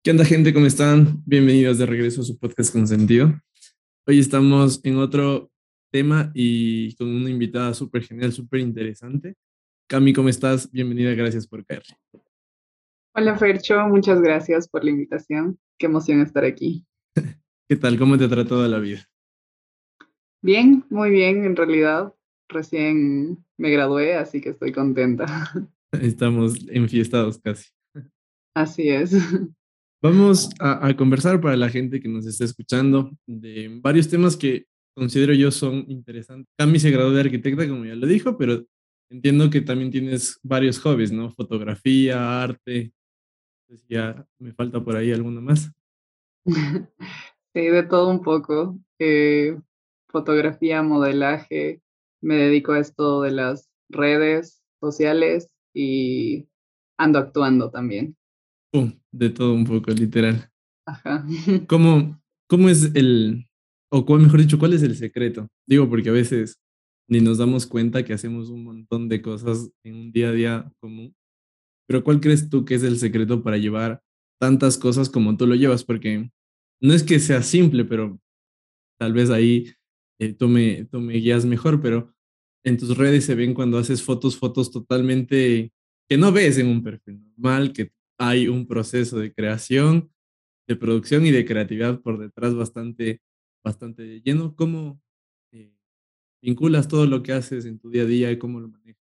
¿Qué onda, gente? ¿Cómo están? Bienvenidos de regreso a su podcast con sentido. Hoy estamos en otro tema y con una invitada súper genial, súper interesante. Cami, ¿cómo estás? Bienvenida, gracias por caer. Hola Fercho, muchas gracias por la invitación. Qué emoción estar aquí. ¿Qué tal? ¿Cómo te ha tratado la vida? Bien, muy bien, en realidad. Recién me gradué, así que estoy contenta. Estamos enfiestados casi. Así es. Vamos a conversar para la gente que nos está escuchando de varios temas que considero yo son interesantes. Cami se graduó de arquitecta, como ya lo dijo, pero entiendo que también tienes varios hobbies, ¿no? Fotografía, arte. Entonces ya me falta por ahí alguno más. Sí, de todo un poco. Fotografía, modelaje, me dedico a esto de las redes sociales y ando actuando también. Pum, de todo un poco, literal. Ajá. ¿Cómo es o cuál, mejor dicho, cuál es el secreto? Digo, porque a veces ni nos damos cuenta que hacemos un montón de cosas en un día a día común, pero ¿cuál crees tú que es el secreto para llevar tantas cosas como tú lo llevas? Porque no es que sea simple, pero tal vez ahí tú me guías mejor, pero en tus redes se ven cuando haces fotos totalmente que no ves en un perfil normal, que hay un proceso de creación, de producción y de creatividad por detrás bastante lleno. ¿Cómo eh, vinculas todo lo que haces en tu día a día y cómo lo manejas?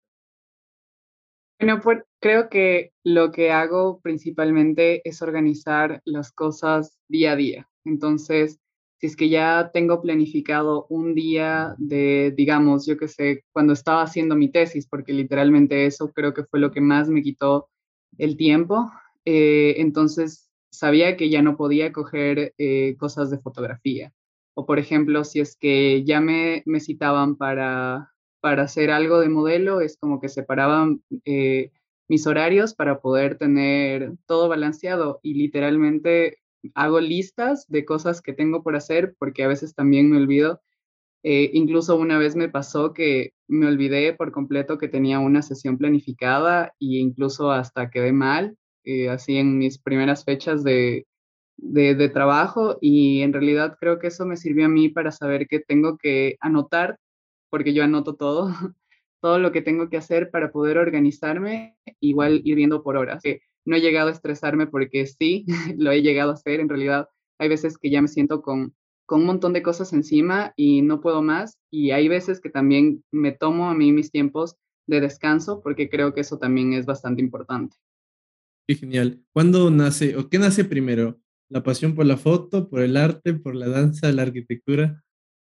Bueno, pues creo que lo que hago principalmente es organizar las cosas día a día. Entonces, si es que ya tengo planificado un día de, digamos, yo qué sé, cuando estaba haciendo mi tesis, porque literalmente eso creo que fue lo que más me quitó el tiempo, entonces sabía que ya no podía coger cosas de fotografía. O por ejemplo, si es que ya me citaban para hacer algo de modelo, es como que separaban mis horarios para poder tener todo balanceado y literalmente hago listas de cosas que tengo por hacer porque a veces también me olvido. Incluso una vez me pasó que me olvidé por completo que tenía una sesión planificada e incluso hasta quedé mal, así en mis primeras fechas de trabajo y en realidad creo que eso me sirvió a mí para saber que tengo que anotar, porque yo anoto todo, todo lo que tengo que hacer para poder organizarme, igual ir viendo por horas. Que no he llegado a estresarme porque sí, lo he llegado a hacer, en realidad hay veces que ya me siento con un montón de cosas encima y no puedo más y hay veces que también me tomo a mí mis tiempos de descanso porque creo que eso también es bastante importante. Qué genial. ¿Cuándo nace o qué nace primero? ¿La pasión por la foto, por el arte, por la danza, la arquitectura?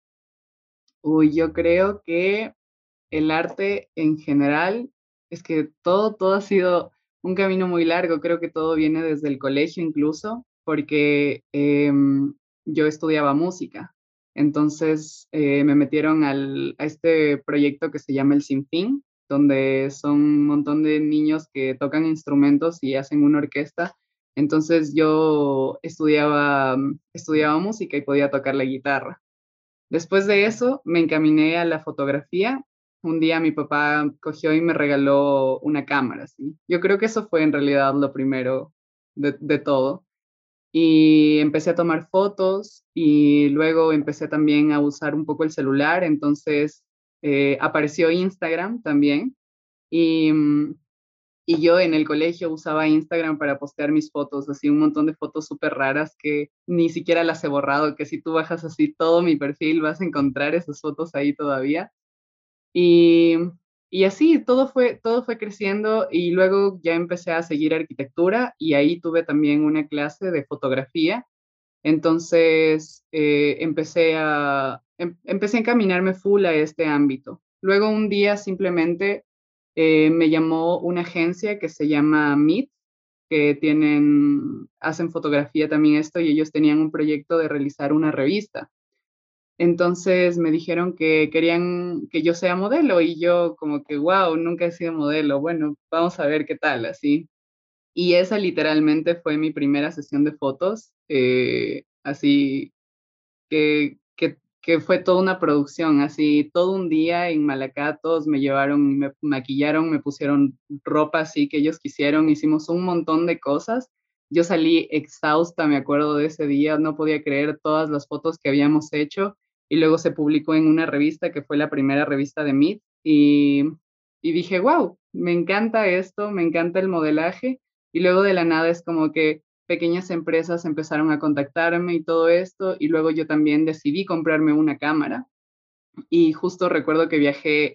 Uy, yo creo que el arte en general, es que todo ha sido un camino muy largo, creo que todo viene desde el colegio incluso, porque yo estudiaba música, entonces me metieron a este proyecto que se llama El Sinfín, donde son un montón de niños que tocan instrumentos y hacen una orquesta. Entonces yo estudiaba música y podía tocar la guitarra. Después de eso, me encaminé a la fotografía. Un día mi papá cogió y me regaló una cámara, ¿sí? Yo creo que eso fue en realidad lo primero de todo. Y empecé a tomar fotos y luego empecé también a usar un poco el celular. Entonces apareció Instagram también. Y, y yo en el colegio usaba Instagram para postear mis fotos, así un montón de fotos súper raras que ni siquiera las he borrado, que si tú bajas así todo mi perfil vas a encontrar esas fotos ahí todavía. Y, y así todo fue creciendo y luego ya empecé a seguir arquitectura y ahí tuve también una clase de fotografía. Entonces empecé a encaminarme full a este ámbito. Luego un día simplemente me llamó una agencia que se llama Meet, que hacen fotografía también esto y ellos tenían un proyecto de realizar una revista. Entonces me dijeron que querían que yo sea modelo y yo como que, wow, nunca he sido modelo. Bueno, vamos a ver qué tal, así. Y esa literalmente fue mi primera sesión de fotos, así que fue toda una producción, así todo un día en Malacá, todos me llevaron, me maquillaron, me pusieron ropa así que ellos quisieron, hicimos un montón de cosas Yo salí exhausta, me acuerdo de ese día, no podía creer todas las fotos que habíamos hecho y luego se publicó en una revista que fue la primera revista de Meet y dije, wow, me encanta esto, me encanta el modelaje y luego de la nada es como que pequeñas empresas empezaron a contactarme y todo esto y luego yo también decidí comprarme una cámara y justo recuerdo que viajé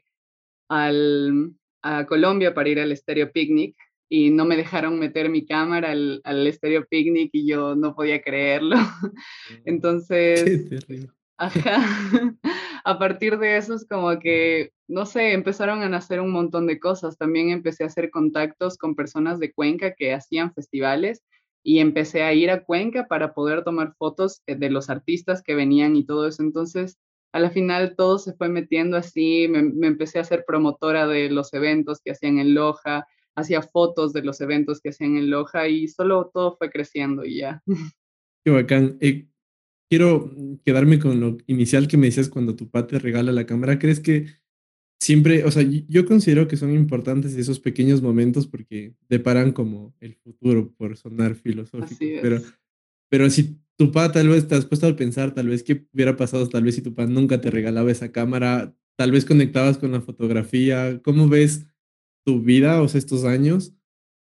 a Colombia para ir al Stereo Picnic y no me dejaron meter mi cámara al Stereo Picnic y yo no podía creerlo. Mm. Qué Entonces, terrible. ajá, a partir de eso es como que, no sé, empezaron a nacer un montón de cosas. También empecé a hacer contactos con personas de Cuenca que hacían festivales y empecé a ir a Cuenca para poder tomar fotos de los artistas que venían y todo eso. Entonces, a la final todo se fue metiendo así, me empecé a hacer promotora de los eventos que hacían en Loja, hacía fotos de los eventos que hacían en Loja y solo todo fue creciendo y ya. Qué bacán. Quiero quedarme con lo inicial que me decías cuando tu papá te regala la cámara. ¿Crees que siempre, o sea, yo considero que son importantes esos pequeños momentos porque deparan como el futuro, por sonar filosóficos, Así es. pero si tu papá tal vez te has puesto a pensar, tal vez qué hubiera pasado, tal vez si tu papá nunca te regalaba esa cámara, tal vez conectabas con la fotografía, ¿cómo ves tu vida, o sea, estos años,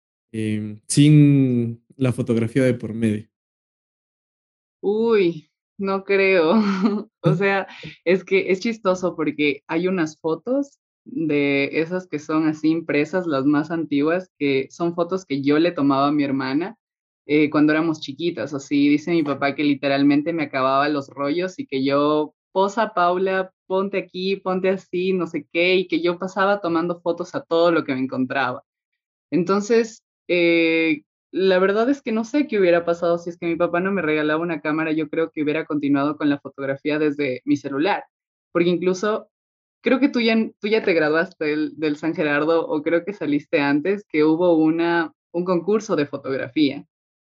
sin la fotografía de por medio? Uy, no creo. O sea, es que es chistoso porque hay unas fotos de esas que son así impresas, las más antiguas, que son fotos que yo le tomaba a mi hermana cuando éramos chiquitas. Así dice mi papá que literalmente me acababa los rollos y que yo, posa Paula, ponte aquí, ponte así, no sé qué, y que yo pasaba tomando fotos a todo lo que me encontraba. Entonces, la verdad es que no sé qué hubiera pasado si es que mi papá no me regalaba una cámara. Yo creo que hubiera continuado con la fotografía desde mi celular, porque incluso creo que tú ya te graduaste del San Gerardo o creo que saliste antes, que hubo un concurso de fotografía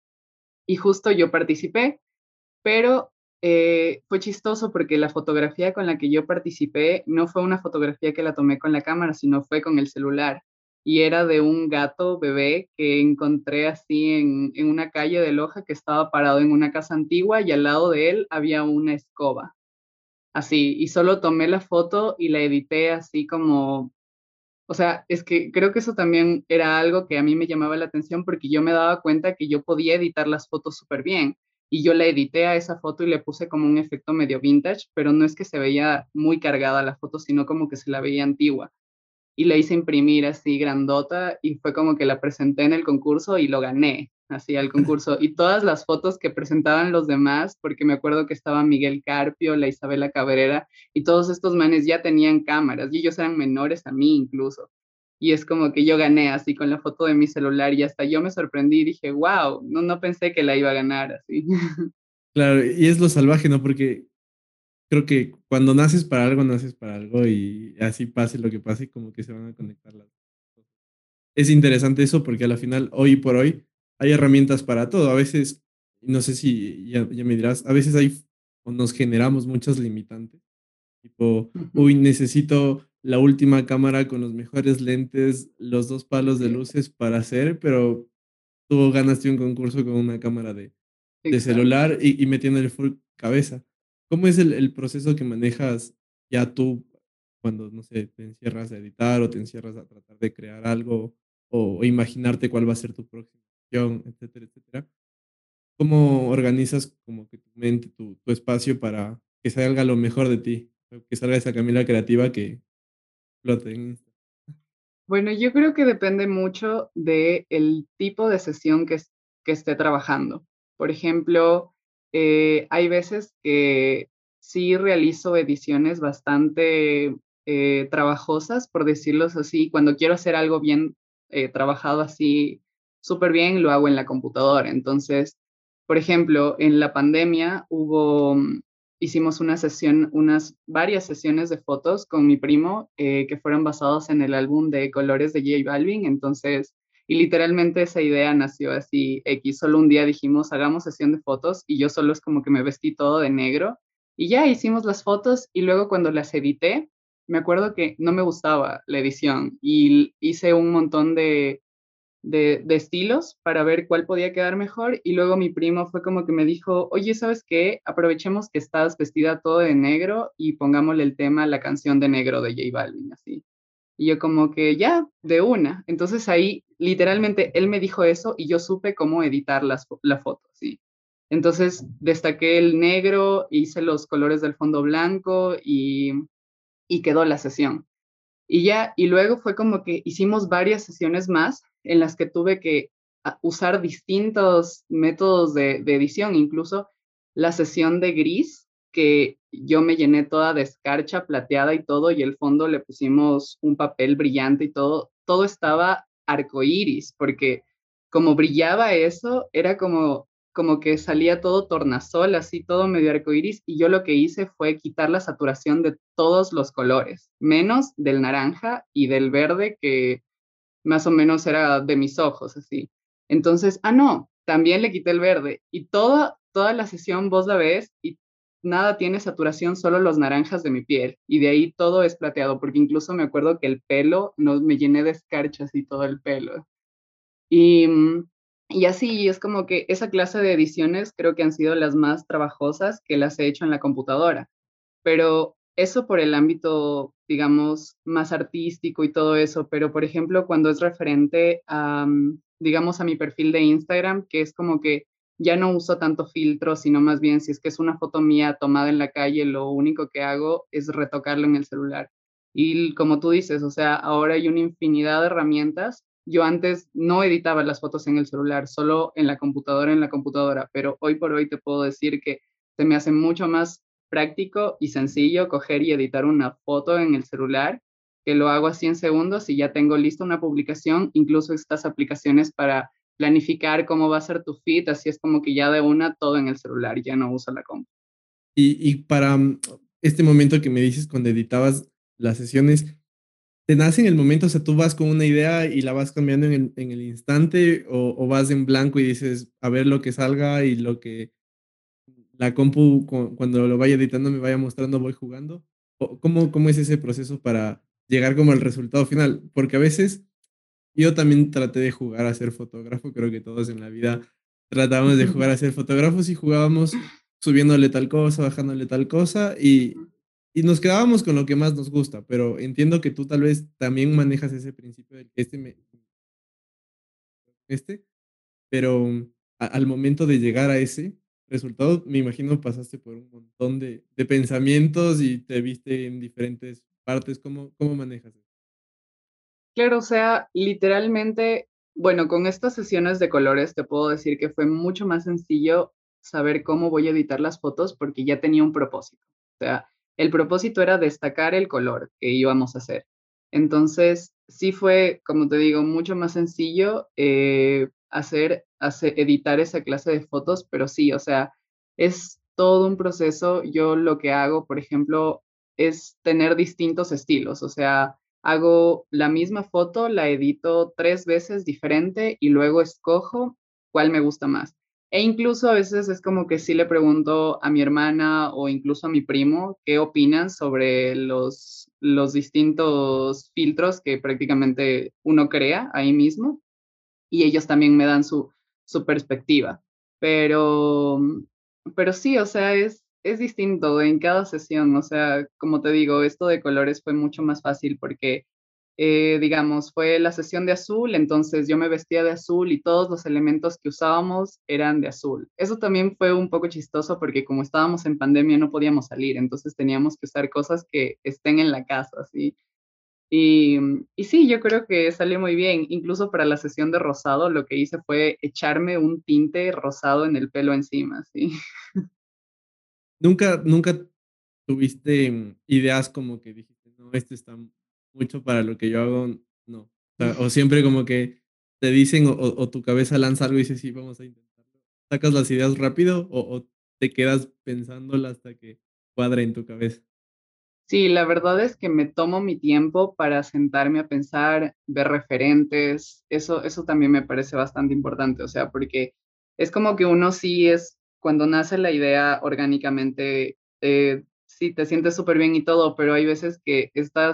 y justo yo participé, pero fue chistoso porque la fotografía con la que yo participé no fue una fotografía que la tomé con la cámara, sino fue con el celular. Y era de un gato bebé que encontré así en una calle de Loja que estaba parado en una casa antigua y al lado de él había una escoba. Así, y solo tomé la foto y la edité así como, o sea, es que creo que eso también era algo que a mí me llamaba la atención porque yo me daba cuenta que yo podía editar las fotos súper bien y yo la edité a esa foto y le puse como un efecto medio vintage, pero no es que se veía muy cargada la foto, sino como que se la veía antigua y la hice imprimir así grandota y fue como que la presenté en el concurso y lo gané, así al concurso. Y todas las fotos que presentaban los demás, porque me acuerdo que estaba Miguel Carpio, la Isabela Cabrera y todos estos manes ya tenían cámaras y ellos eran menores a mí incluso. Y es como que yo gané así con la foto de mi celular y hasta yo me sorprendí y dije, wow, no pensé que la iba a ganar así. Claro, y es lo salvaje, ¿no? Porque creo que cuando naces para algo y así pase lo que pase, como que se van a conectar las cosas. Es interesante eso porque a la final, hoy por hoy, hay herramientas para todo. A veces, no sé si ya me dirás, a veces hay o nos generamos muchas limitantes. Tipo, Ujú. uy, necesito la última cámara con los mejores lentes, los dos palos Así de es, luces para hacer, pero tú ganaste un concurso con una cámara de exacto. celular y metiendo el full cabeza. ¿Cómo es el proceso que manejas ya tú cuando, no sé, te encierras a editar o te encierras a tratar de crear algo o imaginarte cuál va a ser tu próxima acción, etcétera, etcétera? ¿Cómo organizas como que tu mente, tu espacio para que salga lo mejor de ti? Que salga esa Camila creativa que flote en Insta. Bueno, yo creo que depende mucho del tipo de sesión que esté trabajando. Por ejemplo, hay veces que sí realizo ediciones bastante trabajosas, por decirlo así. Cuando quiero hacer algo bien trabajado así, súper bien, lo hago en la computadora. Entonces, por ejemplo, en la pandemia hicimos una sesión, unas varias sesiones de fotos con mi primo que fueron basados en el álbum de Colores de J Balvin. Entonces, y literalmente esa idea nació así, X, solo un día dijimos, hagamos sesión de fotos y yo solo es como que me vestí todo de negro y ya hicimos las fotos y luego cuando las edité, me acuerdo que no me gustaba la edición y hice un montón de estilos para ver cuál podía quedar mejor. Y luego mi primo fue como que me dijo, oye, ¿sabes qué? Aprovechemos que estás vestida todo de negro y pongámosle el tema, la canción de negro de J Balvin, así. Y yo como que ya, de una. Entonces ahí literalmente él me dijo eso y yo supe cómo editar la foto, ¿sí? Entonces destaqué el negro, hice los colores del fondo blanco y quedó la sesión. Y ya, y luego fue como que hicimos varias sesiones más en las que tuve que usar distintos métodos de edición, incluso la sesión de gris, que yo me llené toda de escarcha plateada y todo, y el fondo le pusimos un papel brillante y todo estaba arcoíris, porque como brillaba eso, era como que salía todo tornasol, así todo medio arcoíris, y yo lo que hice fue quitar la saturación de todos los colores, menos del naranja y del verde, que más o menos era de mis ojos, así. Entonces, no, también le quité el verde, y toda la sesión vos la ves y nada tiene saturación, solo los naranjas de mi piel, y de ahí todo es plateado, porque incluso me acuerdo que el pelo, no, me llené de escarchas y todo el pelo. Y, y así es como que esa clase de ediciones creo que han sido las más trabajosas que las he hecho en la computadora. Pero eso por el ámbito, digamos, más artístico y todo eso. Pero, por ejemplo, cuando es referente a, digamos, a mi perfil de Instagram, que es como que ya no uso tanto filtro, sino más bien si es que es una foto mía tomada en la calle, lo único que hago es retocarlo en el celular. Y como tú dices, o sea, ahora hay una infinidad de herramientas. Yo antes no editaba las fotos en el celular, solo en la computadora, pero hoy por hoy te puedo decir que se me hace mucho más práctico y sencillo coger y editar una foto en el celular, que lo hago así en segundos y ya tengo lista una publicación, incluso estas aplicaciones para planificar cómo va a ser tu feed, así es como que ya de una todo en el celular, ya no uso la compu. Y para este momento que me dices cuando editabas las sesiones, ¿te nace en el momento? O sea, tú vas con una idea y la vas cambiando en el instante o vas en blanco y dices, a ver lo que salga y lo que la compu cuando lo vaya editando me vaya mostrando, voy jugando. ¿Cómo es ese proceso para llegar como al resultado final? Porque a veces yo también traté de jugar a ser fotógrafo, creo que todos en la vida tratábamos de jugar a ser fotógrafos y jugábamos subiéndole tal cosa, bajándole tal cosa y nos quedábamos con lo que más nos gusta, pero entiendo que tú tal vez también manejas ese principio del que este, pero al momento de llegar a ese resultado, me imagino pasaste por un montón de pensamientos y te viste en diferentes partes. ¿Cómo manejas eso? Claro, o sea, literalmente, bueno, con estas sesiones de colores te puedo decir que fue mucho más sencillo saber cómo voy a editar las fotos porque ya tenía un propósito. O sea, el propósito era destacar el color que íbamos a hacer. Entonces, sí fue, como te digo, mucho más sencillo editar esa clase de fotos, pero sí, o sea, es todo un proceso. Yo lo que hago, por ejemplo, es tener distintos estilos, o sea, hago la misma foto, la edito 3 veces diferente y luego escojo cuál me gusta más. E incluso a veces es como que sí le pregunto a mi hermana o incluso a mi primo qué opinan sobre los distintos filtros que prácticamente uno crea ahí mismo y ellos también me dan su perspectiva. Pero, pero sí, o sea, es distinto en cada sesión. O sea, como te digo, esto de colores fue mucho más fácil porque, digamos, fue la sesión de azul, entonces yo me vestía de azul y todos los elementos que usábamos eran de azul. Eso también fue un poco chistoso porque como estábamos en pandemia no podíamos salir, entonces teníamos que usar cosas que estén en la casa, ¿sí? Y, y sí, yo creo que salió muy bien. Incluso para la sesión de rosado, lo que hice fue echarme un tinte rosado en el pelo encima, ¿sí? ¿Nunca tuviste ideas como que dijiste, no, esto está mucho para lo que yo hago? No. O siempre como que te dicen o tu cabeza lanza algo y dices, sí, vamos a intentarlo. ¿Sacas las ideas rápido o te quedas pensándola hasta que cuadra en tu cabeza? Sí, la verdad es que me tomo mi tiempo para sentarme a pensar, ver referentes. Eso también me parece bastante importante, o sea, porque es como que uno sí es, cuando nace la idea orgánicamente, sí te sientes súper bien y todo, pero hay veces que estás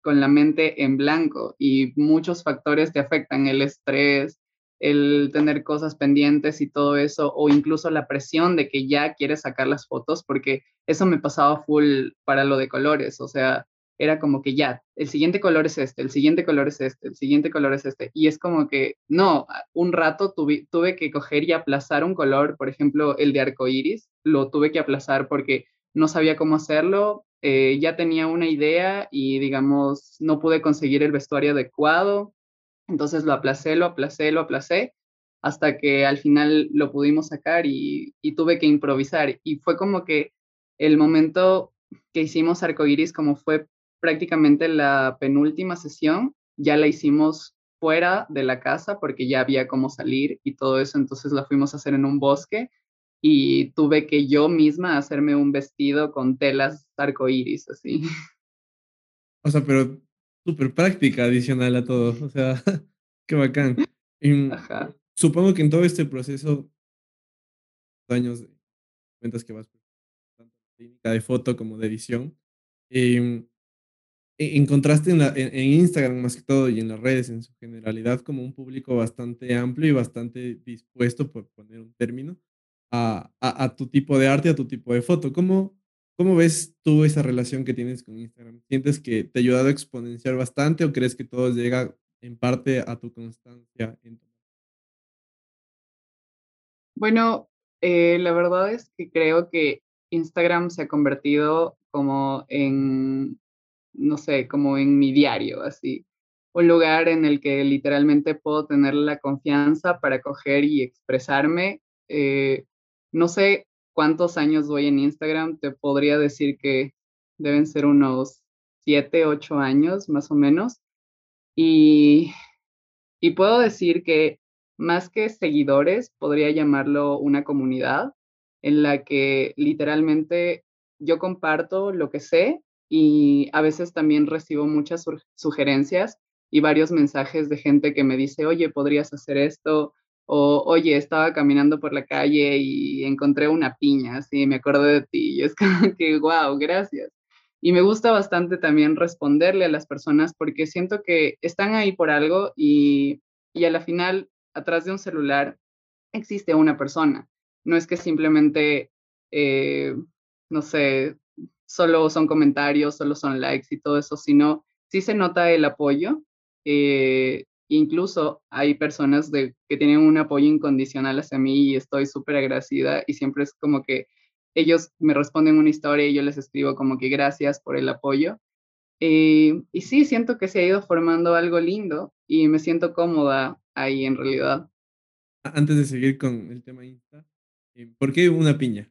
con la mente en blanco y muchos factores te afectan, el estrés, el tener cosas pendientes y todo eso, o incluso la presión de que ya quieres sacar las fotos, porque eso me pasaba full para lo de colores, o sea, era como que ya, el siguiente color es este, el siguiente color es este, el siguiente color es este, y es como que, no, un rato tuve que coger y aplazar un color, por ejemplo, el de arco iris, lo tuve que aplazar porque no sabía cómo hacerlo, ya tenía una idea y digamos, no pude conseguir el vestuario adecuado, entonces lo aplacé, lo aplacé, lo aplacé, hasta que al final lo pudimos sacar y tuve que improvisar. Y fue como que el momento que hicimos Arcoiris, como fue prácticamente la penúltima sesión, ya la hicimos fuera de la casa porque ya había cómo salir y todo eso, entonces la fuimos a hacer en un bosque y tuve que yo misma hacerme un vestido con telas arcoíris, así. O sea, pero súper práctica adicional a todo. O sea, qué bacán. Y Ajá. supongo que en todo este proceso, años, cuentas que vas por tanto técnica de foto como de edición, em, encontraste en Instagram más que todo y en las redes en su generalidad como un público bastante amplio y bastante dispuesto, por poner un término, a tu tipo de arte, a tu tipo de foto. ¿Cómo ves tú esa relación que tienes con Instagram? ¿Sientes que te ha ayudado a exponenciar bastante o crees que todo llega en parte a tu constancia en tu... Bueno, la verdad es que creo que Instagram se ha convertido como en, no sé, como en mi diario, así. Un lugar en el que literalmente puedo tener la confianza para coger y expresarme. No sé cuántos años voy en Instagram, te podría decir que deben ser unos 7, 8 años más o menos. Y y puedo decir que más que seguidores, podría llamarlo una comunidad en la que literalmente yo comparto lo que sé y a veces también recibo muchas sugerencias y varios mensajes de gente que me dice, oye, podrías hacer esto, o oye, estaba caminando por la calle y encontré una piña, así me acordé de ti, y es como que, wow, gracias. Y me gusta bastante también responderle a las personas porque siento que están ahí por algo y a la final, atrás de un celular existe una persona. No es que simplemente, eh, no sé, solo son comentarios, solo son likes y todo eso, sino sí se nota el apoyo. Incluso hay personas que tienen un apoyo incondicional hacia mí y estoy súper agradecida y siempre es como que ellos me responden una historia y yo les escribo como que gracias por el apoyo. Y sí, siento que se ha ido formando algo lindo y me siento cómoda ahí en realidad. Antes de seguir con el tema Insta, ¿por qué una piña?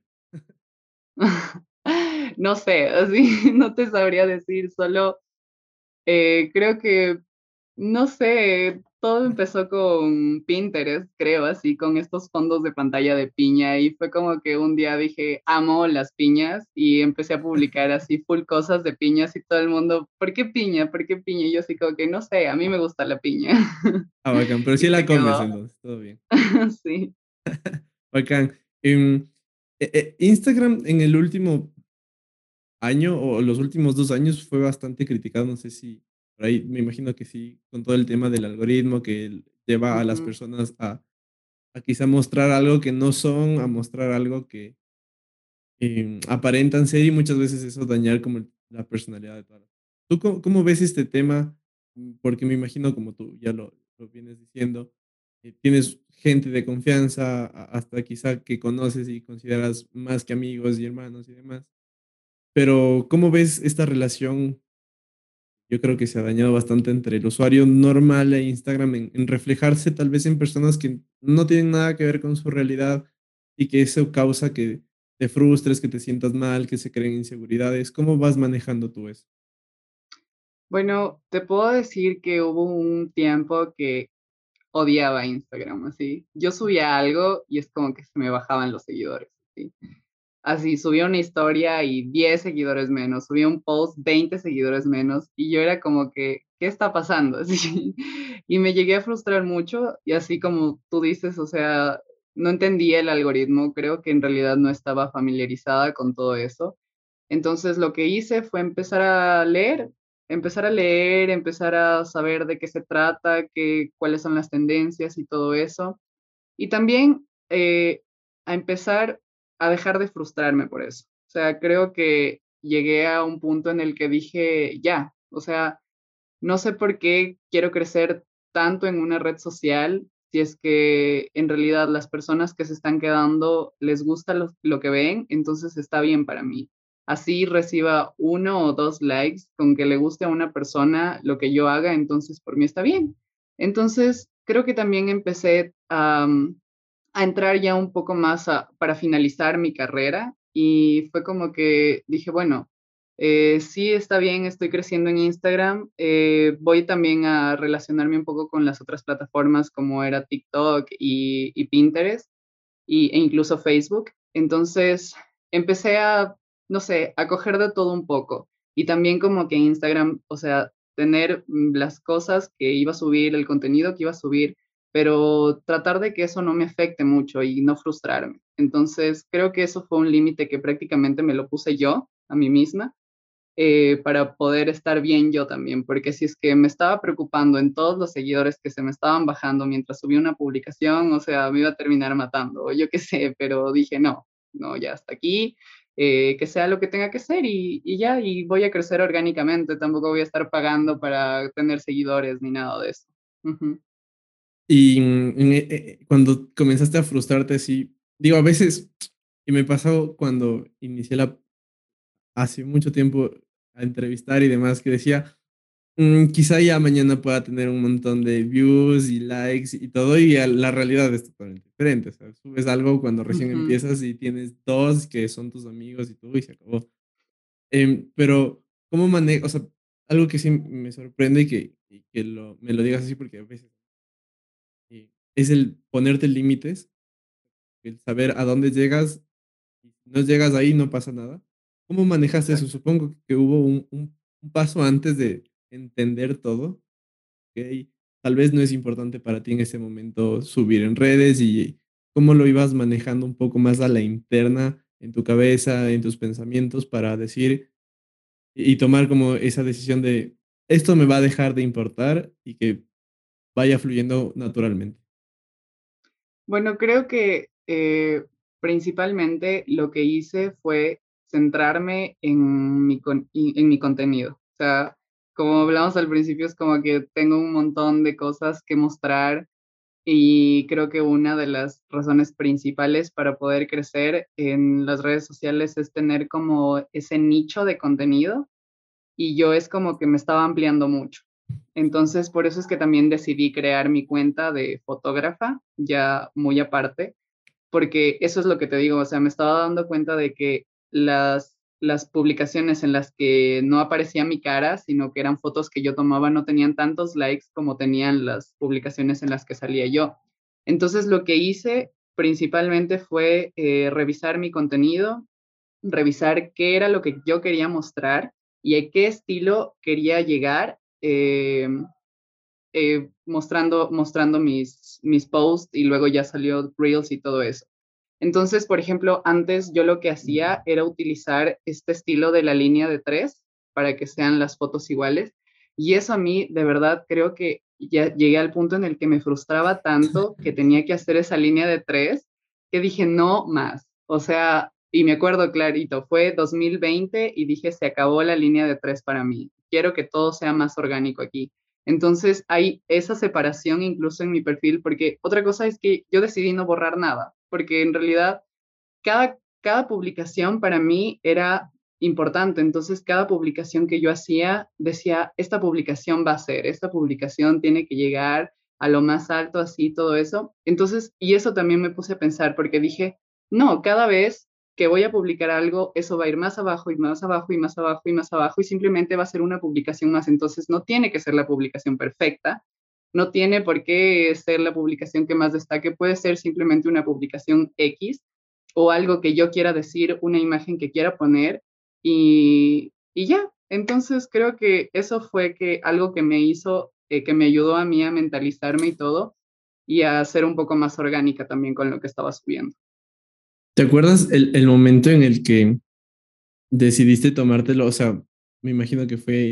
No sé, así no te sabría decir, solo creo que, no sé, todo empezó con Pinterest, creo, así, con estos fondos de pantalla de piña y fue como que un día dije, amo las piñas y empecé a publicar así full cosas de piñas y todo el mundo, ¿por qué piña? ¿Por qué piña? Y yo así como que, no sé, a mí me gusta la piña. Ah, bacán, pero Y sí la se comes quedó, entonces, todo bien. sí. Bacán. Instagram en el último año o los últimos 2 años fue bastante criticado. No sé si por ahí me imagino que sí, con todo el tema del algoritmo que lleva a las Ujú. personas a quizá mostrar algo que no son, a mostrar algo que aparentan ser y muchas veces eso dañar como la personalidad de todas. ¿Tú cómo ves este tema? Porque me imagino, como tú ya lo vienes diciendo, tienes gente de confianza, hasta quizá que conoces y consideras más que amigos y hermanos y demás. Pero ¿cómo ves esta relación? Yo creo que se ha dañado bastante entre el usuario normal e Instagram en reflejarse tal vez en personas que no tienen nada que ver con su realidad y que eso causa que te frustres, que te sientas mal, que se creen inseguridades. ¿Cómo vas manejando tú eso? Bueno, te puedo decir que hubo un tiempo que odiaba Instagram, así. Yo subía algo y es como que se me bajaban los seguidores, así. Así, subía una historia y 10 seguidores menos, subía un post, 20 seguidores menos, y yo era como que, ¿qué está pasando? Así, y me llegué a frustrar mucho, y así como tú dices, o sea, no entendía el algoritmo, creo que en realidad no estaba familiarizada con todo eso. Entonces lo que hice fue empezar a leer empezar a leer, empezar a saber de qué se trata, cuáles son las tendencias y todo eso. Y también a empezar a dejar de frustrarme por eso. O sea, creo que llegué a un punto en el que dije, ya, o sea, no sé por qué quiero crecer tanto en una red social si es que en realidad las personas que se están quedando les gusta lo que ven, entonces está bien para mí. Así reciba 1 o 2 likes, con que le guste a una persona lo que yo haga, entonces por mí está bien. Entonces, creo que también empecé a entrar ya un poco más para finalizar mi carrera y fue como que dije, bueno, sí está bien, estoy creciendo en Instagram, voy también a relacionarme un poco con las otras plataformas como era TikTok y Pinterest e incluso Facebook. Entonces empecé a, no sé, a coger de todo un poco. Y también como que Instagram, o sea, tener las cosas que iba a subir, el contenido que iba a subir, pero tratar de que eso no me afecte mucho y no frustrarme. Entonces creo que eso fue un límite que prácticamente me lo puse yo a mí misma para poder estar bien yo también, porque si es que me estaba preocupando en todos los seguidores que se me estaban bajando mientras subí una publicación, o sea, me iba a terminar matando, o yo qué sé, pero dije, no, no, ya hasta aquí, que sea lo que tenga que ser y ya, y voy a crecer orgánicamente, tampoco voy a estar pagando para tener seguidores ni nada de eso. Ujú, Y cuando comenzaste a frustrarte, sí, digo, a veces, y me pasó cuando inicié hace mucho tiempo a entrevistar y demás, que decía, quizá ya mañana pueda tener un montón de views y likes y todo, y la realidad es totalmente diferente. O sea, subes algo cuando recién ujú. empiezas y tienes dos que son tus amigos y todo, y se acabó. Pero, ¿cómo manejas? O sea, algo que sí me sorprende y que me lo digas así, porque a veces es el ponerte límites, el saber a dónde llegas, y si no llegas ahí no pasa nada. ¿Cómo manejaste eso? Exacto. Supongo que hubo un paso antes de entender todo. Ok, tal vez no es importante para ti en ese momento subir en redes y cómo lo ibas manejando un poco más a la interna, en tu cabeza, en tus pensamientos, para decir y tomar como esa decisión de esto me va a dejar de importar y que vaya fluyendo naturalmente. Bueno, creo que principalmente lo que hice fue centrarme en en mi contenido. O sea, como hablamos al principio, es como que tengo un montón de cosas que mostrar y creo que una de las razones principales para poder crecer en las redes sociales es tener como ese nicho de contenido y yo es como que me estaba ampliando mucho. Entonces, por eso es que también decidí crear mi cuenta de fotógrafa, ya muy aparte porque eso es lo que te digo, o sea, me estaba dando cuenta de que las publicaciones en las que no aparecía mi cara, sino que eran fotos que yo tomaba, no tenían tantos likes como tenían las publicaciones en las que salía yo. Entonces, lo que hice principalmente fue revisar mi contenido, revisar qué era lo que yo quería mostrar y a qué estilo quería llegar. Mostrando mis posts y luego ya salió Reels y todo eso. Entonces, por ejemplo, antes yo lo que hacía era utilizar este estilo de la línea de tres para que sean las fotos iguales. Y eso a mí, de verdad, creo que ya llegué al punto en el que me frustraba tanto que tenía que hacer esa línea de tres que dije, no más. O sea, y me acuerdo clarito, fue 2020 y dije, se acabó la línea de tres para mí. Quiero que todo sea más orgánico aquí. Entonces hay esa separación incluso en mi perfil, porque otra cosa es que yo decidí no borrar nada, porque en realidad cada publicación para mí era importante. Entonces cada publicación que yo hacía decía, esta publicación va a ser, esta publicación tiene que llegar a lo más alto, así, todo eso. Entonces, y eso también me puse a pensar, porque dije, no, cada vez que voy a publicar algo, eso va a ir más abajo y más abajo y más abajo y más abajo y simplemente va a ser una publicación más. Entonces no tiene que ser la publicación perfecta, no tiene por qué ser la publicación que más destaque, puede ser simplemente una publicación X o algo que yo quiera decir, una imagen que quiera poner y ya. Entonces creo que eso fue algo que me hizo, que me ayudó a mí a mentalizarme y todo y a ser un poco más orgánica también con lo que estaba subiendo. ¿Te acuerdas el momento en el que decidiste tomártelo? O sea, me imagino que fue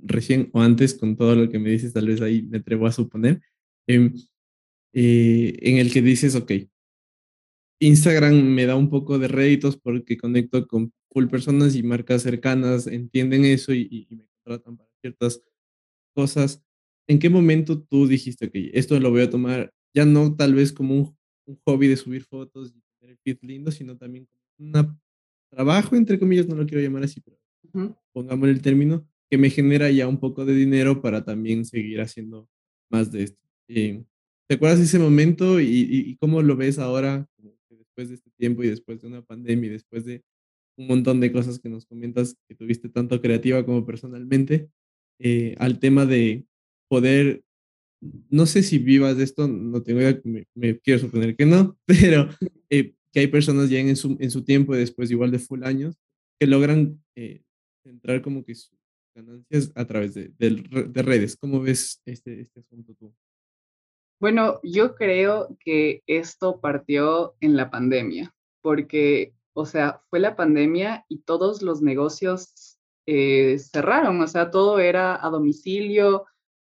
recién o antes con todo lo que me dices, tal vez ahí me atrevo a suponer, em, en el que dices, ok, Instagram me da un poco de réditos porque conecto con full personas y marcas cercanas entienden eso y me contratan para ciertas cosas. ¿En qué momento tú dijiste, ok, esto lo voy a tomar ya no tal vez como un hobby de subir fotos y tener el feed lindo, sino también como un trabajo, entre comillas, no lo quiero llamar así, pero Ujú. pongamos el término, que me genera ya un poco de dinero para también seguir haciendo más de esto? ¿Te acuerdas de ese momento y cómo lo ves ahora, como que después de este tiempo y después de una pandemia y después de un montón de cosas que nos comentas que tuviste tanto creativa como personalmente, al tema de poder, no sé si vivas de esto, no tengo idea, me quiero suponer que no, pero que hay personas ya en su tiempo y después igual de full años que logran centrar como que sus ganancias a través de redes. ¿Cómo ves este asunto tú? Bueno, yo creo que esto partió en la pandemia, porque, o sea, fue la pandemia y todos los negocios cerraron, o sea, todo era a domicilio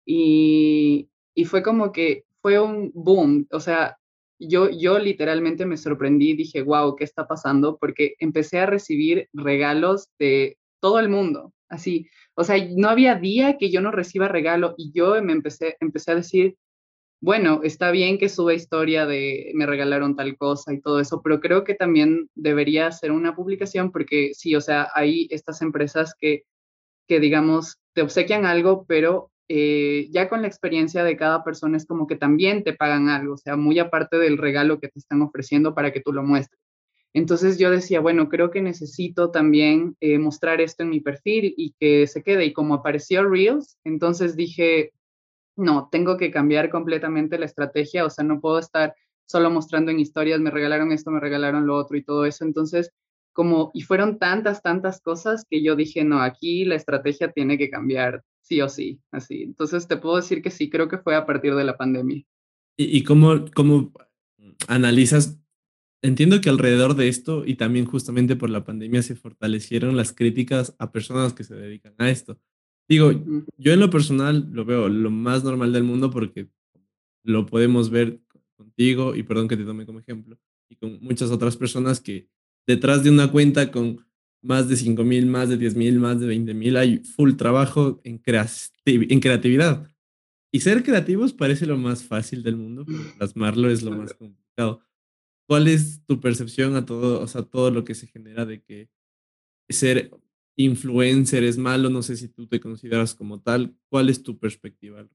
y fue como que fue un boom, o sea, yo literalmente me sorprendí, dije, wow, ¿qué está pasando? Porque empecé a recibir regalos de todo el mundo, así, o sea, no había día que yo no reciba regalo y yo empecé a decir bueno, está bien que suba historia de me regalaron tal cosa y todo eso, pero creo que también debería ser una publicación porque sí, o sea, hay estas empresas que digamos, te obsequian algo, pero ya con la experiencia de cada persona es como que también te pagan algo, o sea, muy aparte del regalo que te están ofreciendo para que tú lo muestres. Entonces yo decía, bueno, creo que necesito también mostrar esto en mi perfil y que se quede. Y como apareció Reels, entonces dije, no, tengo que cambiar completamente la estrategia, o sea, no puedo estar solo mostrando en historias, me regalaron esto, me regalaron lo otro y todo eso. Entonces, como, y fueron tantas cosas que yo dije, no, aquí la estrategia tiene que cambiar, sí o sí, así. Entonces, te puedo decir que sí, creo que fue a partir de la pandemia. ¿Y cómo analizas? Entiendo que alrededor de esto y también justamente por la pandemia se fortalecieron las críticas a personas que se dedican a esto. Digo, Ujú. yo en lo personal lo veo lo más normal del mundo porque lo podemos ver contigo y perdón que te tome como ejemplo y con muchas otras personas que detrás de una cuenta con más de 5,000, más de 10,000, más de 20,000 hay full trabajo en creatividad. Y ser creativos parece lo más fácil del mundo, pero plasmarlo es lo más complicado. ¿Cuál es tu percepción a todo, o sea, todo lo que se genera de que ser influencer es malo? No sé si tú te consideras como tal. ¿Cuál es tu perspectiva?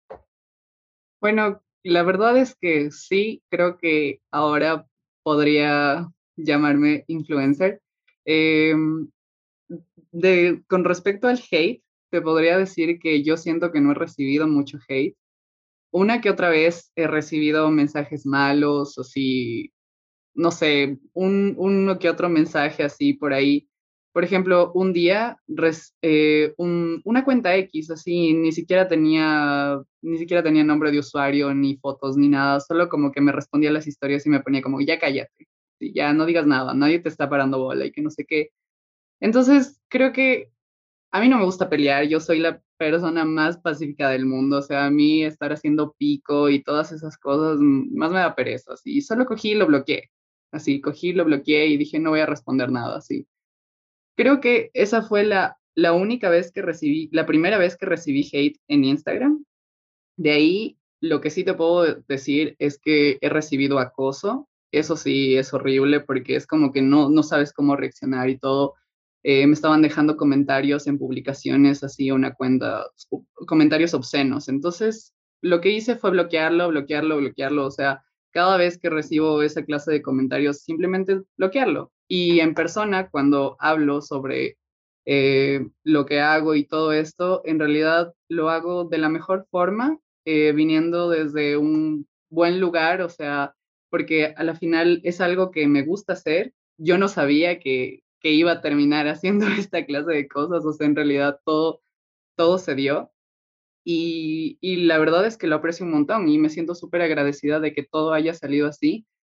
Bueno, la verdad es que sí, creo que ahora podría llamarme influencer. Em, con respecto al hate, te podría decir que yo siento que no he recibido mucho hate. Una que otra vez he recibido mensajes malos o si, no sé, uno que otro mensaje así por ahí. Por ejemplo, un día una cuenta X así ni siquiera tenía nombre de usuario, ni fotos, ni nada, solo como que me respondía a las historias y me ponía como, ya cállate, sí, ya no digas nada, nadie te está parando bola y que no sé qué. Entonces, creo que a mí no me gusta pelear, yo soy la persona más pacífica del mundo, o sea, a mí estar haciendo pico y todas esas cosas más me da pereza, así, solo cogí y lo bloqueé, así, cogí, lo bloqueé y dije no voy a responder nada, así. Creo que esa fue la única vez que recibí, la primera vez que recibí hate en Instagram. De ahí, lo que sí te puedo decir es que he recibido acoso. Eso sí es horrible porque es como que no sabes cómo reaccionar y todo. Me estaban dejando comentarios en publicaciones, así una cuenta, comentarios obscenos. Entonces, lo que hice fue bloquearlo, bloquearlo, bloquearlo. O sea, cada vez que recibo esa clase de comentarios, simplemente bloquearlo. Y en persona, cuando hablo sobre lo que hago y todo esto, en realidad lo hago de la mejor forma viniendo desde un buen lugar, o sea, porque a la final es algo que me gusta hacer. Yo no sabía que iba a terminar haciendo esta clase de cosas, o sea, en realidad todo se dio. Y la verdad es que lo aprecio un montón y me siento súper agradecida de que todo haya salido así,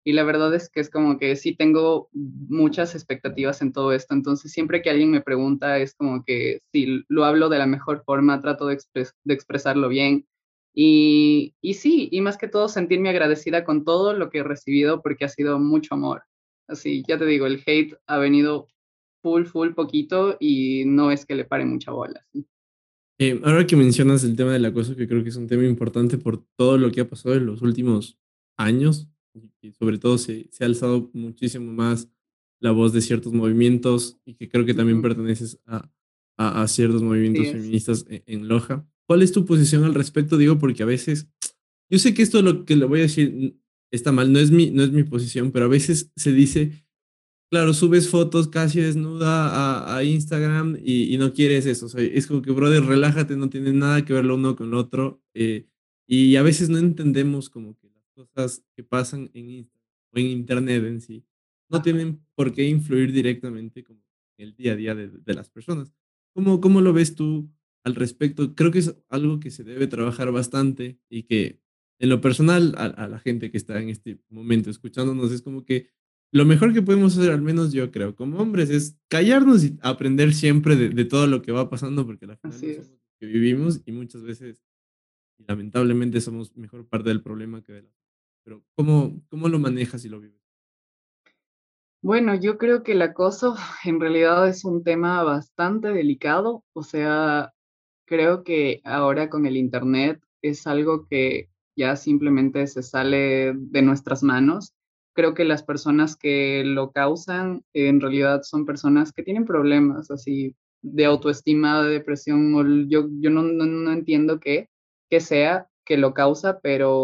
Y la verdad es que es como que sí tengo muchas expectativas en todo esto, entonces siempre que alguien me pregunta es como que sí, lo hablo de la mejor forma, trato de expresarlo bien. Y sí, y más que todo sentirme agradecida con todo lo que he recibido porque ha sido mucho amor. Así, ya te digo, el hate ha venido full, full poquito y no es que le pare mucha bola. ¿Sí? Ahora que mencionas el tema del acoso, que creo que es un tema importante por todo lo que ha pasado en los últimos años, y sobre todo se ha alzado muchísimo más la voz de ciertos movimientos y que creo que también Ujú, perteneces a ciertos así movimientos es, feministas en Loja. ¿Cuál es tu posición al respecto? Digo, porque a veces, yo sé que esto lo que le voy a decir está mal, no es mi posición, pero a veces se dice. Claro, subes fotos casi desnuda a Instagram y no quieres eso. O sea, es como que, brother, relájate, no tiene nada que ver lo uno con lo otro. Y a veces no entendemos como que las cosas que pasan en Instagram o en Internet en sí no tienen por qué influir directamente como en el día a día de las personas. ¿Cómo lo ves tú al respecto? Creo que es algo que se debe trabajar bastante y que en lo personal a la gente que está en este momento escuchándonos es como que lo mejor que podemos hacer, al menos yo creo, como hombres, es callarnos y aprender siempre de todo lo que va pasando, porque al final así no es. somos los que vivimos y muchas veces, y lamentablemente, somos mejor parte del problema que de la. Pero, ¿cómo lo manejas y lo vives? Bueno, yo creo que el acoso en realidad es un tema bastante delicado, o sea, creo que ahora con el Internet es algo que ya simplemente se sale de nuestras manos. Creo que las personas que lo causan en realidad son personas que tienen problemas así de autoestima, de depresión, o yo no entiendo qué sea que lo causa,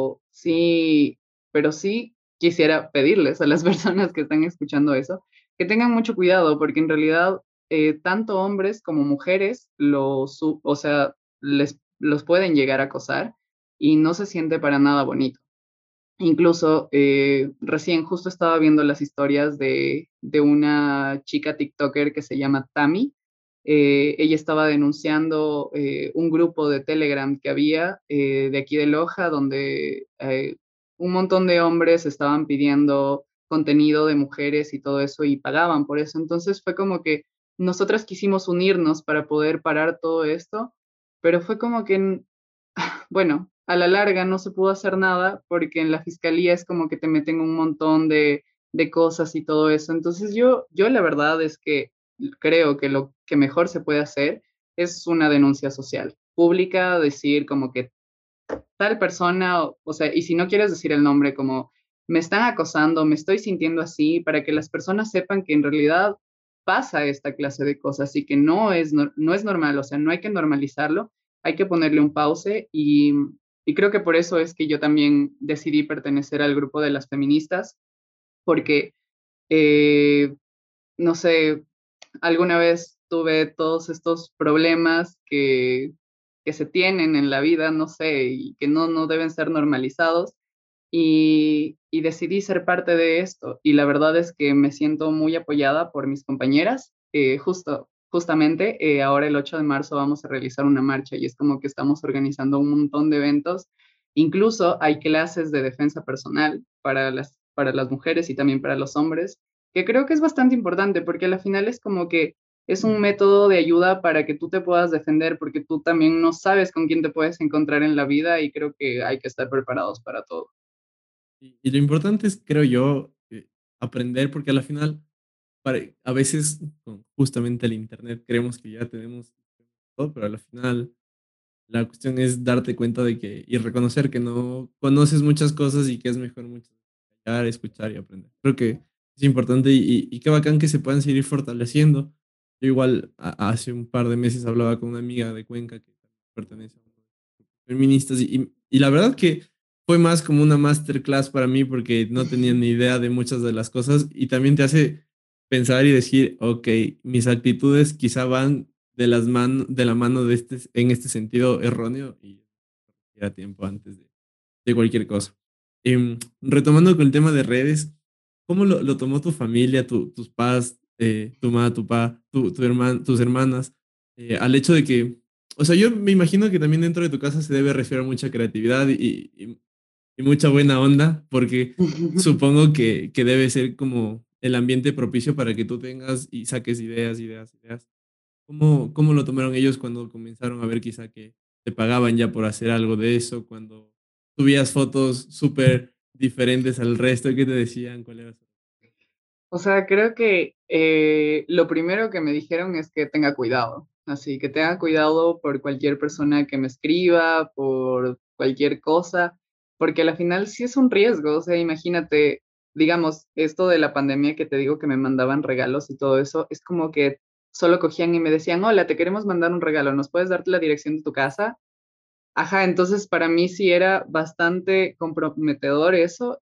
pero sí quisiera pedirles a las personas que están escuchando eso que tengan mucho cuidado, porque en realidad tanto hombres como mujeres o sea, los pueden llegar a acosar y no se siente para nada bonito. Incluso recién justo estaba viendo las historias de una chica TikToker que se llama Tami. Ella estaba denunciando un grupo de Telegram que había de aquí de Loja, donde un montón de hombres estaban pidiendo contenido de mujeres y todo eso y pagaban por eso. Entonces fue como que nosotras quisimos unirnos para poder parar todo esto, pero fue como que bueno, a la larga no se pudo hacer nada porque en la fiscalía es como que te meten un montón de cosas y todo eso. Entonces yo la verdad es que creo que lo que mejor se puede hacer es una denuncia social, pública, decir como que tal persona, o sea, y si no quieres decir el nombre, como me están acosando, me estoy sintiendo así, para que las personas sepan que en realidad pasa esta clase de cosas y que no es normal, o sea, no hay que normalizarlo, hay que ponerle un pause y creo que por eso es que yo también decidí pertenecer al grupo de las feministas, porque, eh, no sé, alguna vez tuve todos estos problemas que se tienen en la vida, no sé, y que no deben ser normalizados. Y decidí ser parte de esto. Y la verdad es que me siento muy apoyada por mis compañeras. Justamente, ahora el 8 de marzo vamos a realizar una marcha y es como que estamos organizando un montón de eventos. Incluso hay clases de defensa personal para las mujeres y también para los hombres que creo que es bastante importante porque al final es como que es un método de ayuda para que tú te puedas defender porque tú también no sabes con quién te puedes encontrar en la vida y creo que hay que estar preparados para todo. Y lo importante es, creo yo, aprender, porque a la final, a veces, con justamente el Internet, creemos que ya tenemos todo, pero a la final la cuestión es darte cuenta de que y reconocer que no conoces muchas cosas y que es mejor mucho callar, escuchar y aprender. Creo que es importante y qué bacán que se puedan seguir fortaleciendo. Yo igual hace un par de meses hablaba con una amiga de Cuenca que pertenece a uno de los grupos feministas y la verdad que fue más como una masterclass para mí porque no tenía ni idea de muchas de las cosas y también te hace pensar y decir, ok, mis actitudes quizá van de la mano en este sentido erróneo y era tiempo antes de cualquier cosa. Retomando con el tema de redes, ¿cómo lo tomó tu familia, tus padres, tu mamá, tu papá, tus hermanas, al hecho de que, o sea, yo me imagino que también dentro de tu casa se debe referir a mucha creatividad y mucha buena onda, porque supongo que debe ser como el ambiente propicio para que tú tengas y saques ideas, ideas, ideas. ¿Cómo lo tomaron ellos cuando comenzaron a ver quizá que te pagaban ya por hacer algo de eso? Cuando subías fotos súper diferentes al resto, ¿qué te decían? ¿Cuál era su- O sea, creo que lo primero que me dijeron es que tenga cuidado. Así que tenga cuidado por cualquier persona que me escriba, por cualquier cosa, porque al final sí es un riesgo. O sea, imagínate, digamos, esto de la pandemia que te digo que me mandaban regalos y todo eso, es como que solo cogían y me decían, hola, te queremos mandar un regalo, ¿nos puedes darte la dirección de tu casa? Ajá, entonces para mí sí era bastante comprometedor eso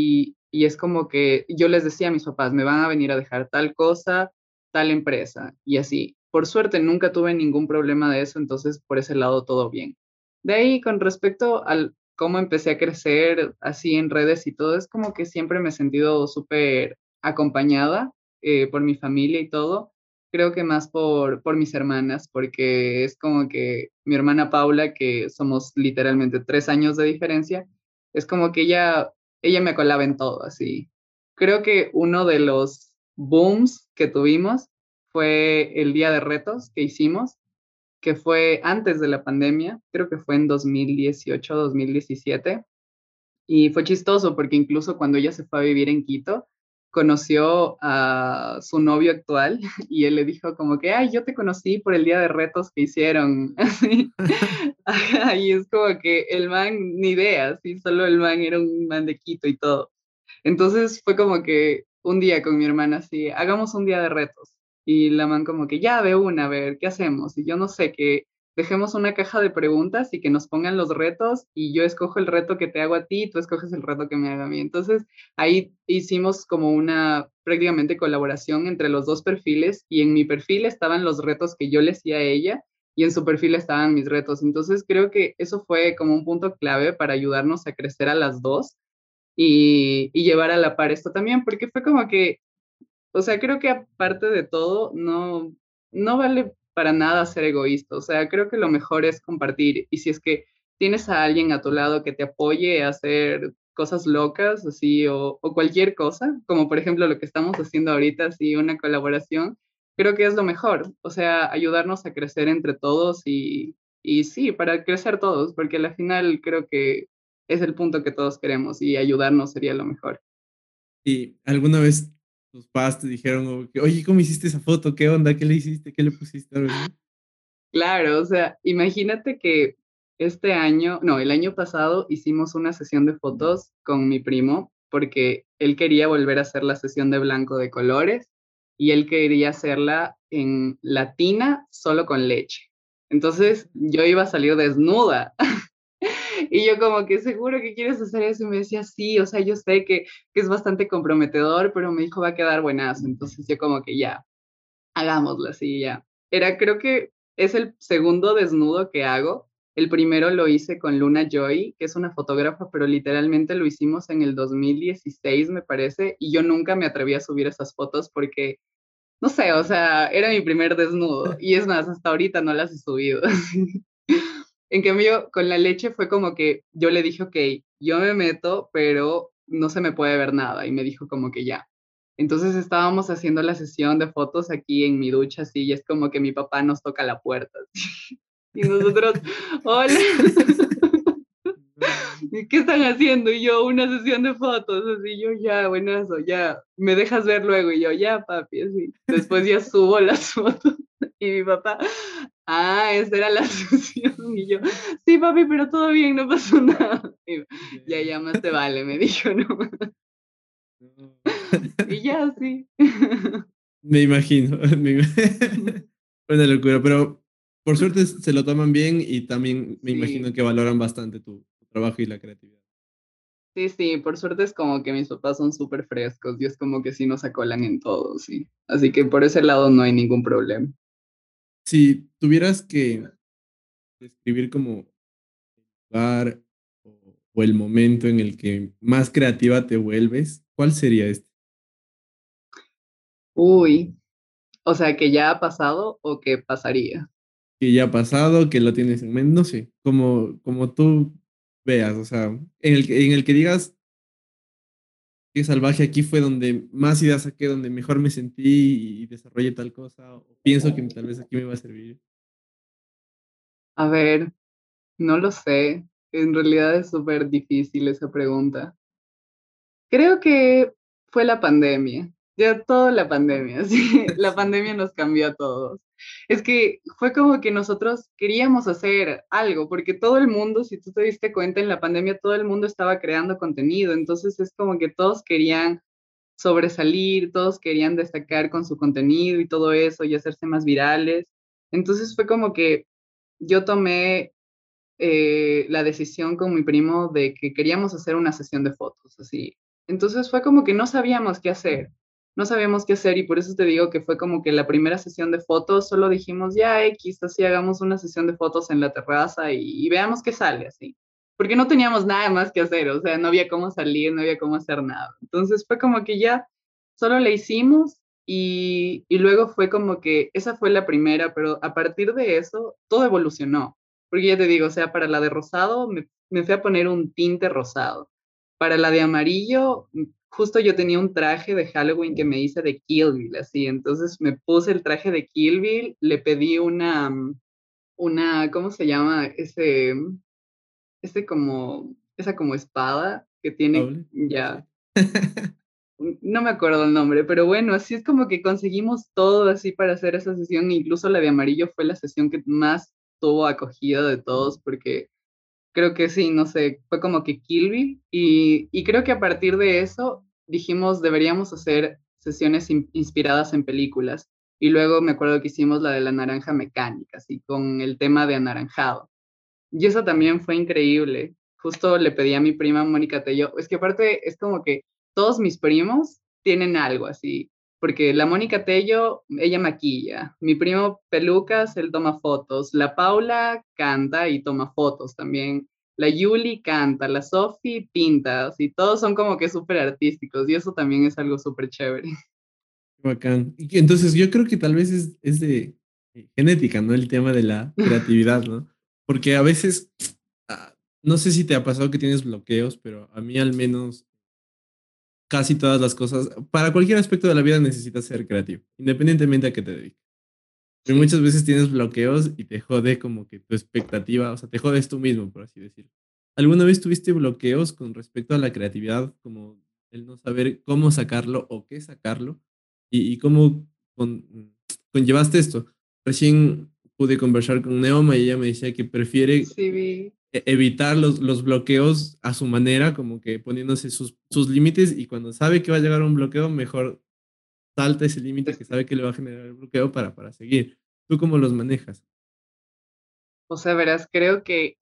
y es como que yo les decía a mis papás, me van a venir a dejar tal cosa, tal empresa y así. Por suerte nunca tuve ningún problema de eso, entonces por ese lado todo bien. De ahí con respecto al cómo empecé a crecer así en redes y todo, es como que siempre me he sentido súper acompañada por mi familia y todo. Creo que más por mis hermanas, porque es como que mi hermana Paula, que somos literalmente 3 años de diferencia, es como que ella me colaba en todo, así. Creo que uno de los booms que tuvimos fue el día de retos que hicimos, que fue antes de la pandemia, creo que fue en 2018, 2017. Y fue chistoso porque incluso cuando ella se fue a vivir en Quito, conoció a su novio actual y él le dijo como que, ay, yo te conocí por el día de retos que hicieron. Así. Ajá, y es como que el man, ni idea, sí, solo el man era un man de Quito y todo. Entonces fue como que un día con mi hermana así, hagamos un día de retos. Y la man como que ya de una, a ver, ¿qué hacemos? Y yo no sé, que dejemos una caja de preguntas y que nos pongan los retos y yo escojo el reto que te hago a ti y tú escoges el reto que me haga a mí. Entonces ahí hicimos como una prácticamente colaboración entre los dos perfiles y en mi perfil estaban los retos que yo le hacía a ella y en su perfil estaban mis retos. Entonces creo que eso fue como un punto clave para ayudarnos a crecer a las dos y llevar a la par esto también, porque fue como que, o sea, creo que aparte de todo, no vale para nada ser egoísta, o sea, creo que lo mejor es compartir, y si es que tienes a alguien a tu lado que te apoye a hacer cosas locas, así, o cualquier cosa, como por ejemplo lo que estamos haciendo ahorita, así, una colaboración, creo que es lo mejor, o sea, ayudarnos a crecer entre todos y sí, para crecer todos, porque al final creo que es el punto que todos queremos y ayudarnos sería lo mejor. ¿Y alguna vez tus padres te dijeron, o que, oye, ¿cómo hiciste esa foto? ¿Qué onda? ¿Qué le hiciste? ¿Qué le pusiste? Algo así. Claro, o sea, imagínate que este año, no, el año pasado hicimos una sesión de fotos con mi primo porque él quería volver a hacer la sesión de blanco de colores y él quería hacerla en latina solo con leche. Entonces yo iba a salir desnuda y yo como que seguro que quieres hacer eso y me decía sí, o sea, yo sé que es bastante comprometedor, pero me dijo va a quedar buenazo. Entonces yo como que ya. Hagámoslo así, ya. Creo que es el segundo desnudo que hago. El primero lo hice con Luna Joy, que es una fotógrafa, pero literalmente lo hicimos en el 2016, me parece, y yo nunca me atreví a subir esas fotos porque, no sé, o sea, era mi primer desnudo, y es más, hasta ahorita no las he subido. En cambio, con la leche fue como que yo le dije, ok, yo me meto, pero no se me puede ver nada, y me dijo como que ya. Entonces estábamos haciendo la sesión de fotos aquí en mi ducha, así, y es como que mi papá nos toca la puerta. Y nosotros, hola, No. ¿y qué están haciendo? Y yo, una sesión de fotos, así, yo, ya, buenazo, ya, me dejas ver luego, y yo, ya, papi, así. Después ya subo las fotos, y mi papá, esa era la sesión, y yo, sí, papi, pero todo bien, no pasó nada. Y, ya, ya, más te vale, me dijo, ¿no? No. Y ya, sí. Me imagino. Una locura, pero por suerte se lo toman bien y también me imagino Sí. que valoran bastante tu trabajo y la creatividad. Sí, sí, por suerte es como que mis papás son súper frescos y es como que sí nos acolan en todo, sí. Así que por ese lado no hay ningún problema. Si tuvieras que describir como el lugar o el momento en el que más creativa te vuelves, ¿cuál sería este? Uy, o sea, que ya ha pasado o que pasaría. Que ya ha pasado, que lo tienes en mente, no sé, como tú. veas, o sea, en el que digas que salvaje aquí fue donde más ideas saqué, donde mejor me sentí y desarrollé tal cosa, o pienso que tal vez aquí me va a servir. A ver, no lo sé. En realidad es súper difícil esa pregunta. Creo que fue la pandemia, ya toda la pandemia, sí, la Sí. pandemia nos cambió a todos. Es que fue como que nosotros queríamos hacer algo, porque todo el mundo, si tú te diste cuenta en la pandemia, todo el mundo estaba creando contenido, entonces es como que todos querían sobresalir, todos querían destacar con su contenido y todo eso y hacerse más virales. Entonces fue como que yo tomé la decisión con mi primo de que queríamos hacer una sesión de fotos, así. Entonces fue como que no sabíamos qué hacer, no sabíamos qué hacer y por eso te digo que fue como que la primera sesión de fotos solo dijimos, ya X, así hagamos una sesión de fotos en la terraza y veamos qué sale, así. Porque no teníamos nada más que hacer, o sea, no había cómo salir, no había cómo hacer nada. Entonces fue como que ya solo le hicimos y luego fue como que esa fue la primera, pero a partir de eso todo evolucionó. Porque ya te digo, o sea, para la de rosado me fui a poner un tinte rosado. Para la de amarillo, justo yo tenía un traje de Halloween que me hice de Kill Bill, así. Entonces me puse el traje de Kill Bill, le pedí ¿cómo se llama? Esa como espada que tiene Doble, sí. ya, no me acuerdo el nombre, pero bueno, así es como que conseguimos todo así para hacer esa sesión. Incluso la de amarillo fue la sesión que más tuvo acogida de todos porque creo que sí, no sé, fue como que Kill Bill y creo que a partir de eso dijimos deberíamos hacer sesiones inspiradas en películas y luego me acuerdo que hicimos la de la naranja mecánica, así con el tema de anaranjado. Y eso también fue increíble. Justo le pedí a mi prima Mónica Tello, es que aparte es como que todos mis primos tienen algo así, porque la Mónica Tello, ella maquilla, mi primo Pelucas, él toma fotos, la Paula canta y toma fotos también, la Yuli canta, la Sofi pinta, así, todos son como que súper artísticos y eso también es algo súper chévere. Bacán. Entonces yo creo que tal vez es de genética, ¿no? El tema de la creatividad, ¿no? Porque a veces, no sé si te ha pasado que tienes bloqueos, pero a mí al menos casi todas las cosas, para cualquier aspecto de la vida necesitas ser creativo, independientemente a qué te dediques. Y Sí, muchas veces tienes bloqueos y te jode como que tu expectativa, o sea, te jodes tú mismo, por así decirlo. ¿Alguna vez tuviste bloqueos con respecto a la creatividad, como el no saber cómo sacarlo o qué sacarlo? ¿Y cómo conllevaste esto? Recién pude conversar con Neoma y ella me decía que prefiere sí vi. evitar los bloqueos a su manera, como que poniéndose sus límites y cuando sabe que va a llegar un bloqueo, mejor salta ese límite que sabe que le va a generar el bloqueo para seguir. ¿Tú cómo los manejas? O sea, verás, creo que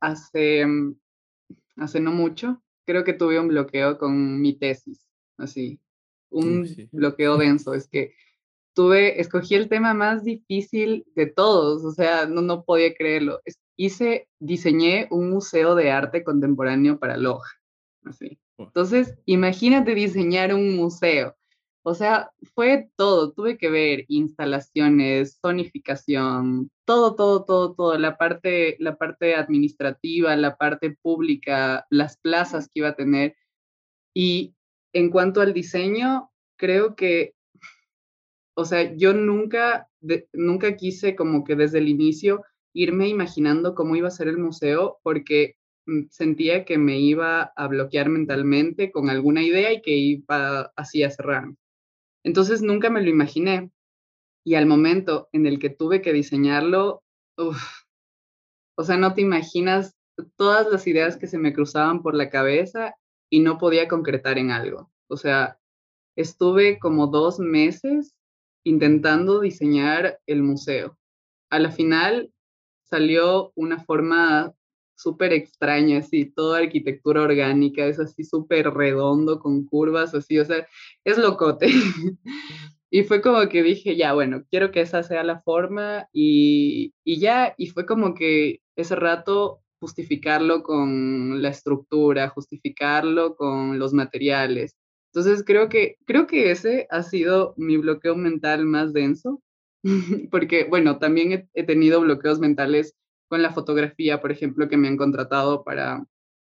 hace no mucho, creo que tuve un bloqueo con mi tesis, así, un Sí. bloqueo denso. Es que escogí el tema más difícil de todos, o sea, no podía creerlo. Diseñé un museo de arte contemporáneo para Loja, así. Buah. Entonces, imagínate diseñar un museo. O sea, fue todo, tuve que ver instalaciones, zonificación, todo, la parte administrativa, la parte pública, las plazas que iba a tener. Y en cuanto al diseño, creo que o sea, yo nunca quise como que desde el inicio irme imaginando cómo iba a ser el museo porque sentía que me iba a bloquear mentalmente con alguna idea y que iba así a cerrarme. Entonces nunca me lo imaginé y al momento en el que tuve que diseñarlo, uf, o sea, no te imaginas todas las ideas que se me cruzaban por la cabeza y no podía concretar en algo. O sea, estuve como 2 meses intentando diseñar el museo. A la final salió una forma súper extraña, así, toda arquitectura orgánica, es así súper redondo, con curvas, así, o sea, es locote. Y fue como que dije, ya, bueno, quiero que esa sea la forma y ya, y fue como que ese rato justificarlo con la estructura, justificarlo con los materiales. Entonces creo que ese ha sido mi bloqueo mental más denso, porque bueno, también he tenido bloqueos mentales con la fotografía, por ejemplo, que me han contratado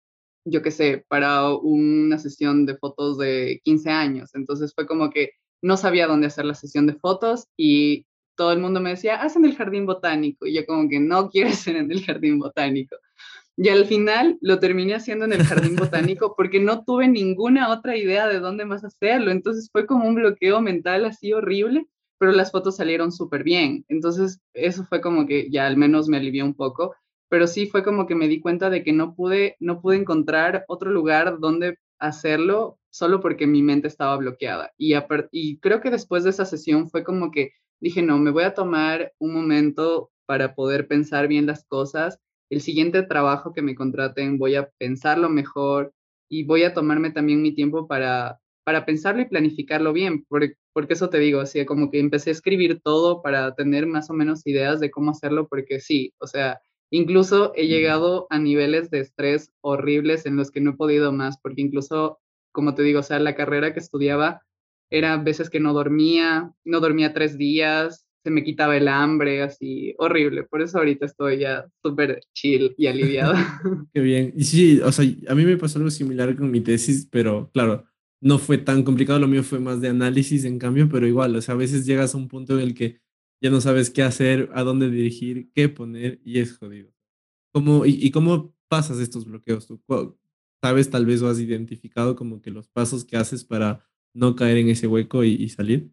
yo qué sé, para una sesión de fotos de 15 años. Entonces fue como que no sabía dónde hacer la sesión de fotos y todo el mundo me decía, haz en el jardín botánico. Y yo como que no quiero hacer en el jardín botánico. Y al final lo terminé haciendo en el jardín botánico porque no tuve ninguna otra idea de dónde más hacerlo. Entonces fue como un bloqueo mental así horrible, pero las fotos salieron súper bien. Entonces eso fue como que ya al menos me alivió un poco, pero sí fue como que me di cuenta de que no pude encontrar otro lugar donde hacerlo solo porque mi mente estaba bloqueada. Y creo que después de esa sesión fue como que dije, no, me voy a tomar un momento para poder pensar bien las cosas. El siguiente trabajo que me contraten voy a pensarlo mejor y voy a tomarme también mi tiempo para pensarlo y planificarlo bien, porque eso te digo, así como que empecé a escribir todo para tener más o menos ideas de cómo hacerlo, porque sí, o sea, incluso he llegado a niveles de estrés horribles en los que no he podido más, porque incluso, como te digo, o sea, la carrera que estudiaba era veces que no dormía 3 días, se me quitaba el hambre, así, horrible. Por eso ahorita estoy ya súper chill y aliviada. Qué bien. Y sí, o sea, a mí me pasó algo similar con mi tesis, pero claro, no fue tan complicado, lo mío fue más de análisis en cambio, pero igual, o sea, a veces llegas a un punto en el que ya no sabes qué hacer, a dónde dirigir, qué poner y es jodido. ¿Y cómo pasas estos bloqueos tú? ¿Sabes tal vez o has identificado como que los pasos que haces para no caer en ese hueco y salir?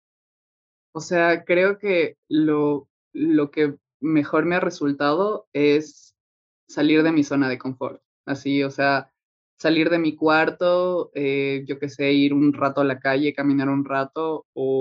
O sea, creo que lo que mejor me ha resultado es salir de mi zona de confort. Así, o sea, salir de mi cuarto, yo qué sé, ir un rato a la calle, caminar un rato,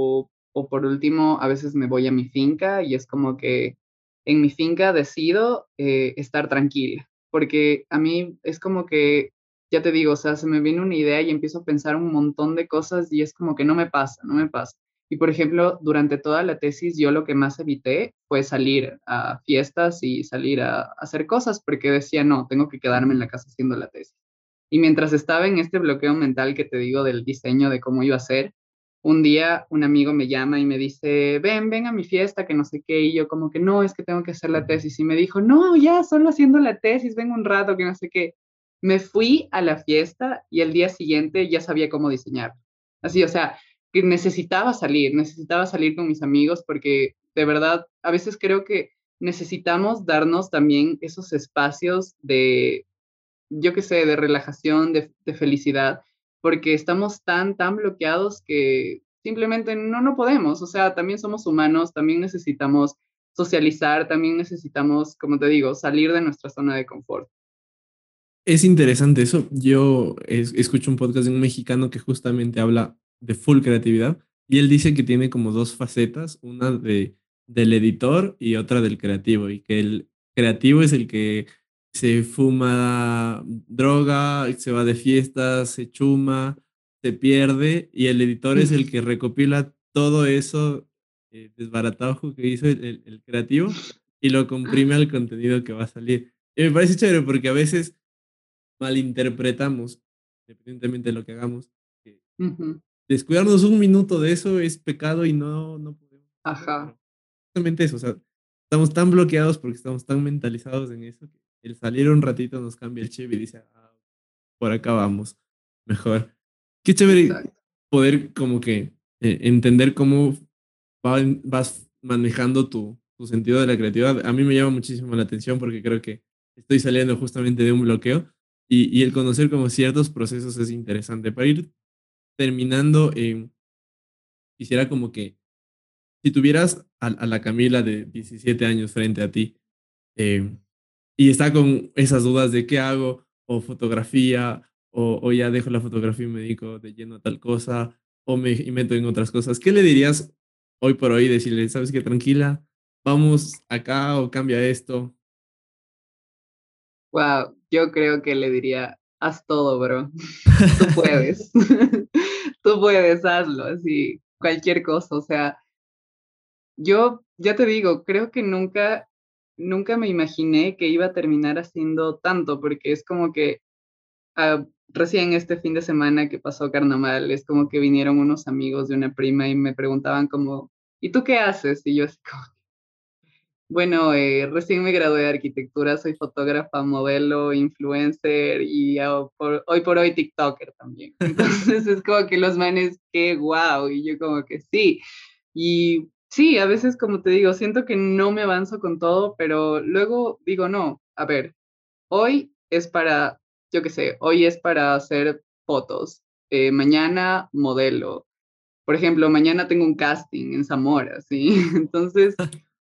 o por último, a veces me voy a mi finca y es como que en mi finca decido estar tranquila, porque a mí es como que, ya te digo, o sea, se me viene una idea y empiezo a pensar un montón de cosas y es como que no me pasa, no me pasa. Y por ejemplo, durante toda la tesis yo lo que más evité fue salir a fiestas y salir a hacer cosas porque decía, no, tengo que quedarme en la casa haciendo la tesis. Y mientras estaba en este bloqueo mental que te digo del diseño de cómo iba a ser, un día un amigo me llama y me dice, ven, ven a mi fiesta, que no sé qué, y yo como que no, es que tengo que hacer la tesis. Y me dijo, no, ya, solo haciendo la tesis, ven un rato, que no sé qué. Me fui a la fiesta y el día siguiente ya sabía cómo diseñar. Así, o sea, que necesitaba salir con mis amigos porque de verdad a veces creo que necesitamos darnos también esos espacios de, yo qué sé, de relajación, de felicidad, porque estamos tan bloqueados que simplemente no podemos, o sea, también somos humanos, también necesitamos socializar, también necesitamos, como te digo, salir de nuestra zona de confort. Es interesante eso. Yo escucho un podcast de un mexicano que justamente habla de full creatividad y él dice que tiene como dos facetas, una del editor y otra del creativo, y que el creativo es el que se fuma droga, se va de fiestas, se chuma, se pierde, y el editor es el que recopila todo eso desbaratajo que hizo el creativo y lo comprime al contenido que va a salir. Y me parece chévere porque a veces malinterpretamos, independientemente de lo que hagamos, que Ujú. descuidarnos un minuto de eso es pecado y no podemos hacerlo, Ajá, pero justamente eso, o sea, estamos tan bloqueados porque estamos tan mentalizados en eso que el salir un ratito nos cambia el chip y dice, ah, por acá vamos, mejor. Qué chévere exacto. poder como que entender cómo vas manejando tu sentido de la creatividad. A mí me llama muchísimo la atención porque creo que estoy saliendo justamente de un bloqueo y el conocer como ciertos procesos es interesante. Para ir terminando, quisiera como que si tuvieras a la Camila de 17 años frente a ti eh, y está con esas dudas de qué hago, o fotografía, o ya dejo la fotografía y me dedico de lleno a tal cosa, o y meto en otras cosas, ¿qué le dirías hoy por hoy? Decirle, ¿sabes qué? Tranquila, vamos acá o cambia esto. Wow, yo creo que le diría, haz todo, bro. Tú puedes. Tú puedes, hazlo, así, cualquier cosa. O sea, yo ya te digo, creo que nunca me imaginé que iba a terminar haciendo tanto, porque es como que recién este fin de semana que pasó carnaval, es como que vinieron unos amigos de una prima y me preguntaban como, ¿y tú qué haces? Y yo así como, Bueno, recién me gradué de arquitectura, soy fotógrafa, modelo, influencer y hoy por hoy TikToker también. Entonces es como que los manes, qué guau, y yo como que sí. Y sí, a veces como te digo, siento que no me avanzo con todo, pero luego digo, no, a ver, hoy es para, yo qué sé, hoy es para hacer fotos, mañana modelo. Por ejemplo, mañana tengo un casting en Zamora, ¿sí? Entonces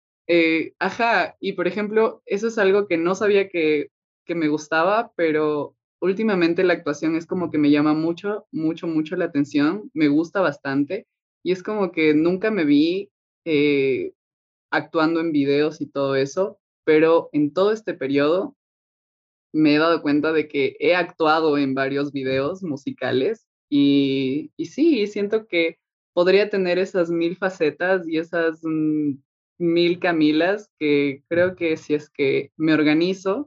ajá, y por ejemplo, eso es algo que no sabía que me gustaba, pero últimamente la actuación es como que me llama mucho, mucho, mucho la atención, me gusta bastante, y es como que nunca me vi eh, actuando en videos y todo eso, pero en todo este periodo me he dado cuenta de que he actuado en varios videos musicales y sí, siento que podría tener esas mil facetas y esas mil Camilas que creo que si es que me organizo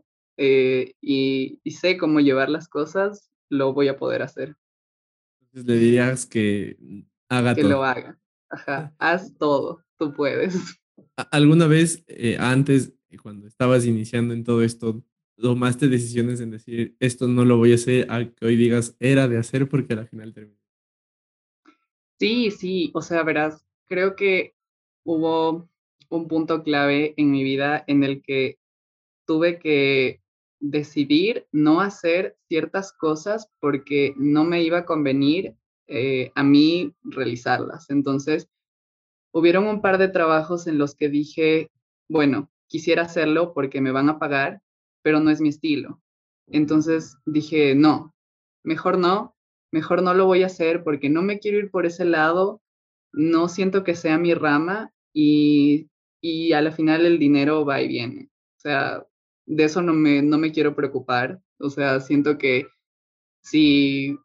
y sé cómo llevar las cosas, lo voy a poder hacer, Entonces le dirías que haga que lo todo. haga. Ajá, haz todo, tú puedes. ¿Alguna vez antes, cuando estabas iniciando en todo esto, tomaste decisiones en decir, esto no lo voy a hacer, a que hoy digas, era de hacer porque al final terminó? Sí, sí, o sea, verás, creo que hubo un punto clave en mi vida en el que tuve que decidir no hacer ciertas cosas porque no me iba a convenir a mí realizarlas. Entonces, hubieron un par de trabajos en los que dije, bueno, quisiera hacerlo porque me van a pagar, pero no es mi estilo. Entonces dije, no, mejor no, mejor no lo voy a hacer porque no me quiero ir por ese lado, no siento que sea mi rama y a la final el dinero va y viene. O sea, de eso no me quiero preocupar. O sea, siento que si,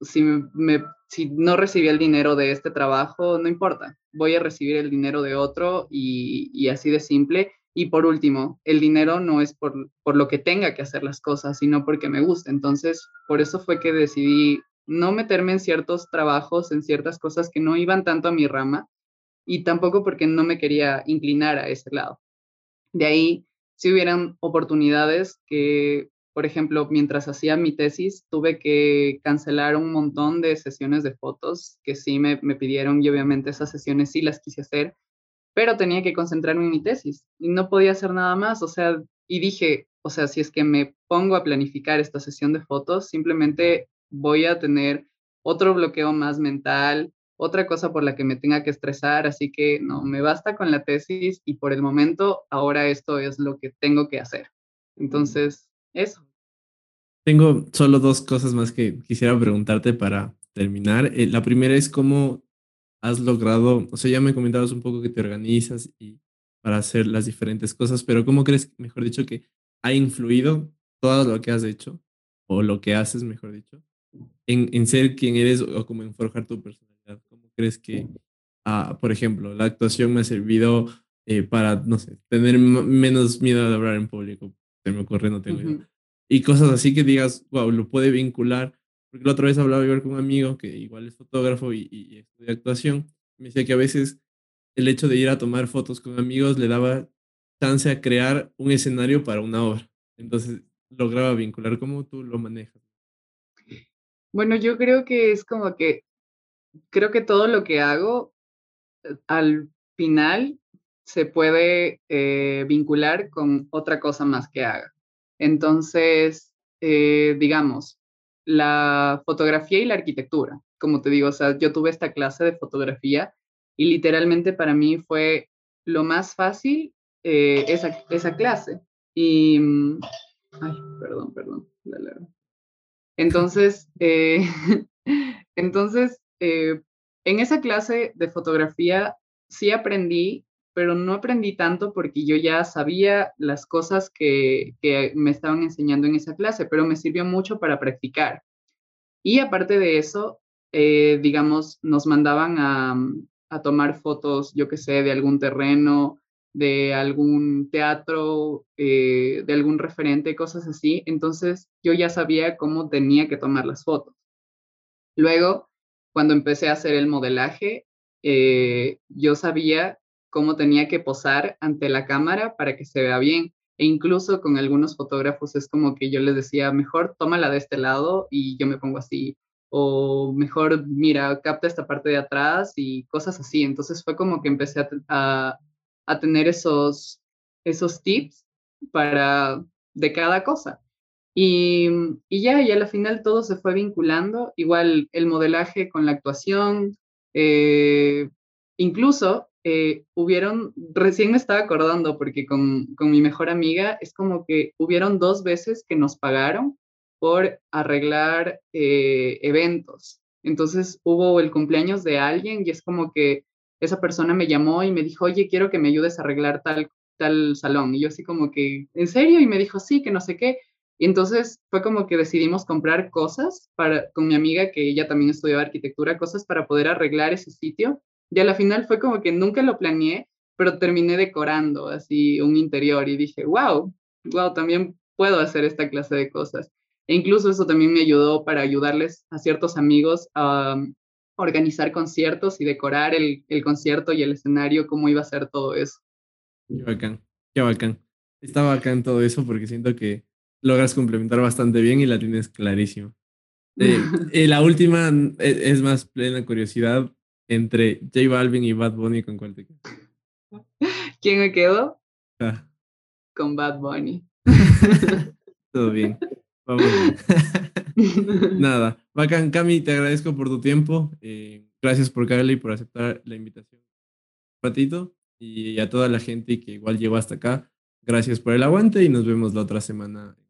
si no recibí el dinero de este trabajo, no importa, voy a recibir el dinero de otro y así de simple. Y por último, el dinero no es por lo que tenga que hacer las cosas, sino porque me gusta. Entonces, por eso fue que decidí no meterme en ciertos trabajos, en ciertas cosas que no iban tanto a mi rama y tampoco porque no me quería inclinar a ese lado. De ahí, si hubieran oportunidades que, por ejemplo, mientras hacía mi tesis, tuve que cancelar un montón de sesiones de fotos que sí me pidieron y obviamente esas sesiones sí las quise hacer, pero tenía que concentrarme en mi tesis y no podía hacer nada más, o sea, y dije, o sea, si es que me pongo a planificar esta sesión de fotos, simplemente voy a tener otro bloqueo más mental, otra cosa por la que me tenga que estresar, así que no, me basta con la tesis y por el momento ahora esto es lo que tengo que hacer. Entonces, eso. Tengo solo dos cosas más que quisiera preguntarte para terminar. La primera es cómo has logrado, o sea, ya me comentabas un poco que te organizas y para hacer las diferentes cosas, pero ¿cómo crees, mejor dicho, que ha influido todo lo que has hecho o lo que haces, mejor dicho, en ser quien eres o como en forjar tu personalidad? ¿Cómo crees que, por ejemplo, la actuación me ha servido para, no sé, tener menos miedo de hablar en público? Se me ocurre, no tengo idea. Ujú, Y cosas así que digas, wow, lo puede vincular. Porque la otra vez hablaba igual con un amigo que igual es fotógrafo y estudia actuación. Me decía que a veces el hecho de ir a tomar fotos con amigos le daba chance a crear un escenario para una obra. Entonces lograba vincular. ¿Cómo tú lo manejas? bueno, yo creo que es como que, creo que todo lo que hago al final se puede vincular con otra cosa más que haga. Entonces, digamos, la fotografía y la arquitectura, como te digo, o sea, yo tuve esta clase de fotografía y literalmente para mí fue lo más fácil esa clase. Y, ay, perdón, perdón, la alarma. Entonces, entonces en esa clase de fotografía sí aprendí, pero no aprendí tanto porque yo ya sabía las cosas que me estaban enseñando en esa clase, pero me sirvió mucho para practicar. Y aparte de eso, digamos, nos mandaban a tomar fotos, yo qué sé, de algún terreno, de algún teatro, de algún referente, cosas así. Entonces yo ya sabía cómo tenía que tomar las fotos. Luego, cuando empecé a hacer el modelaje, yo sabía cómo tenía que posar ante la cámara para que se vea bien. E incluso con algunos fotógrafos es como que yo les decía, mejor tómala de este lado y yo me pongo así, o mejor, mira, capta esta parte de atrás y cosas así. Entonces fue como que empecé a tener esos tips para de cada cosa. Y, y a la final todo se fue vinculando, igual el modelaje con la actuación, eh, incluso recién me estaba acordando porque con mi mejor amiga es como que hubieron 2 veces que nos pagaron por arreglar eventos. Entonces hubo el cumpleaños de alguien y es como que esa persona me llamó y me dijo, oye, quiero que me ayudes a arreglar tal salón. Y yo así como que, ¿en serio? Y me dijo, sí, que no sé qué. Y entonces fue como que decidimos comprar cosas con mi amiga, que ella también estudiaba arquitectura, cosas para poder arreglar ese sitio. Y a la final fue como que nunca lo planeé, pero terminé decorando así un interior y dije, wow, también puedo hacer esta clase de cosas. E incluso eso también me ayudó para ayudarles a ciertos amigos a organizar conciertos y decorar el concierto y el escenario, cómo iba a ser todo eso. Qué bacán, qué bacán. Está bacán todo eso porque siento que logras complementar bastante bien y la tienes clarísimo. La última es más plena curiosidad entre J Balvin y Bad Bunny, ¿con cuál te quedas? ¿Quién me quedó? Ah, Con Bad Bunny. todo bien, vamos bien. Nada, bacán, Cami, te agradezco por tu tiempo. Gracias por caerle y por aceptar la invitación un ratito. Y a toda la gente que igual llegó hasta acá, gracias por el aguante y nos vemos la otra semana.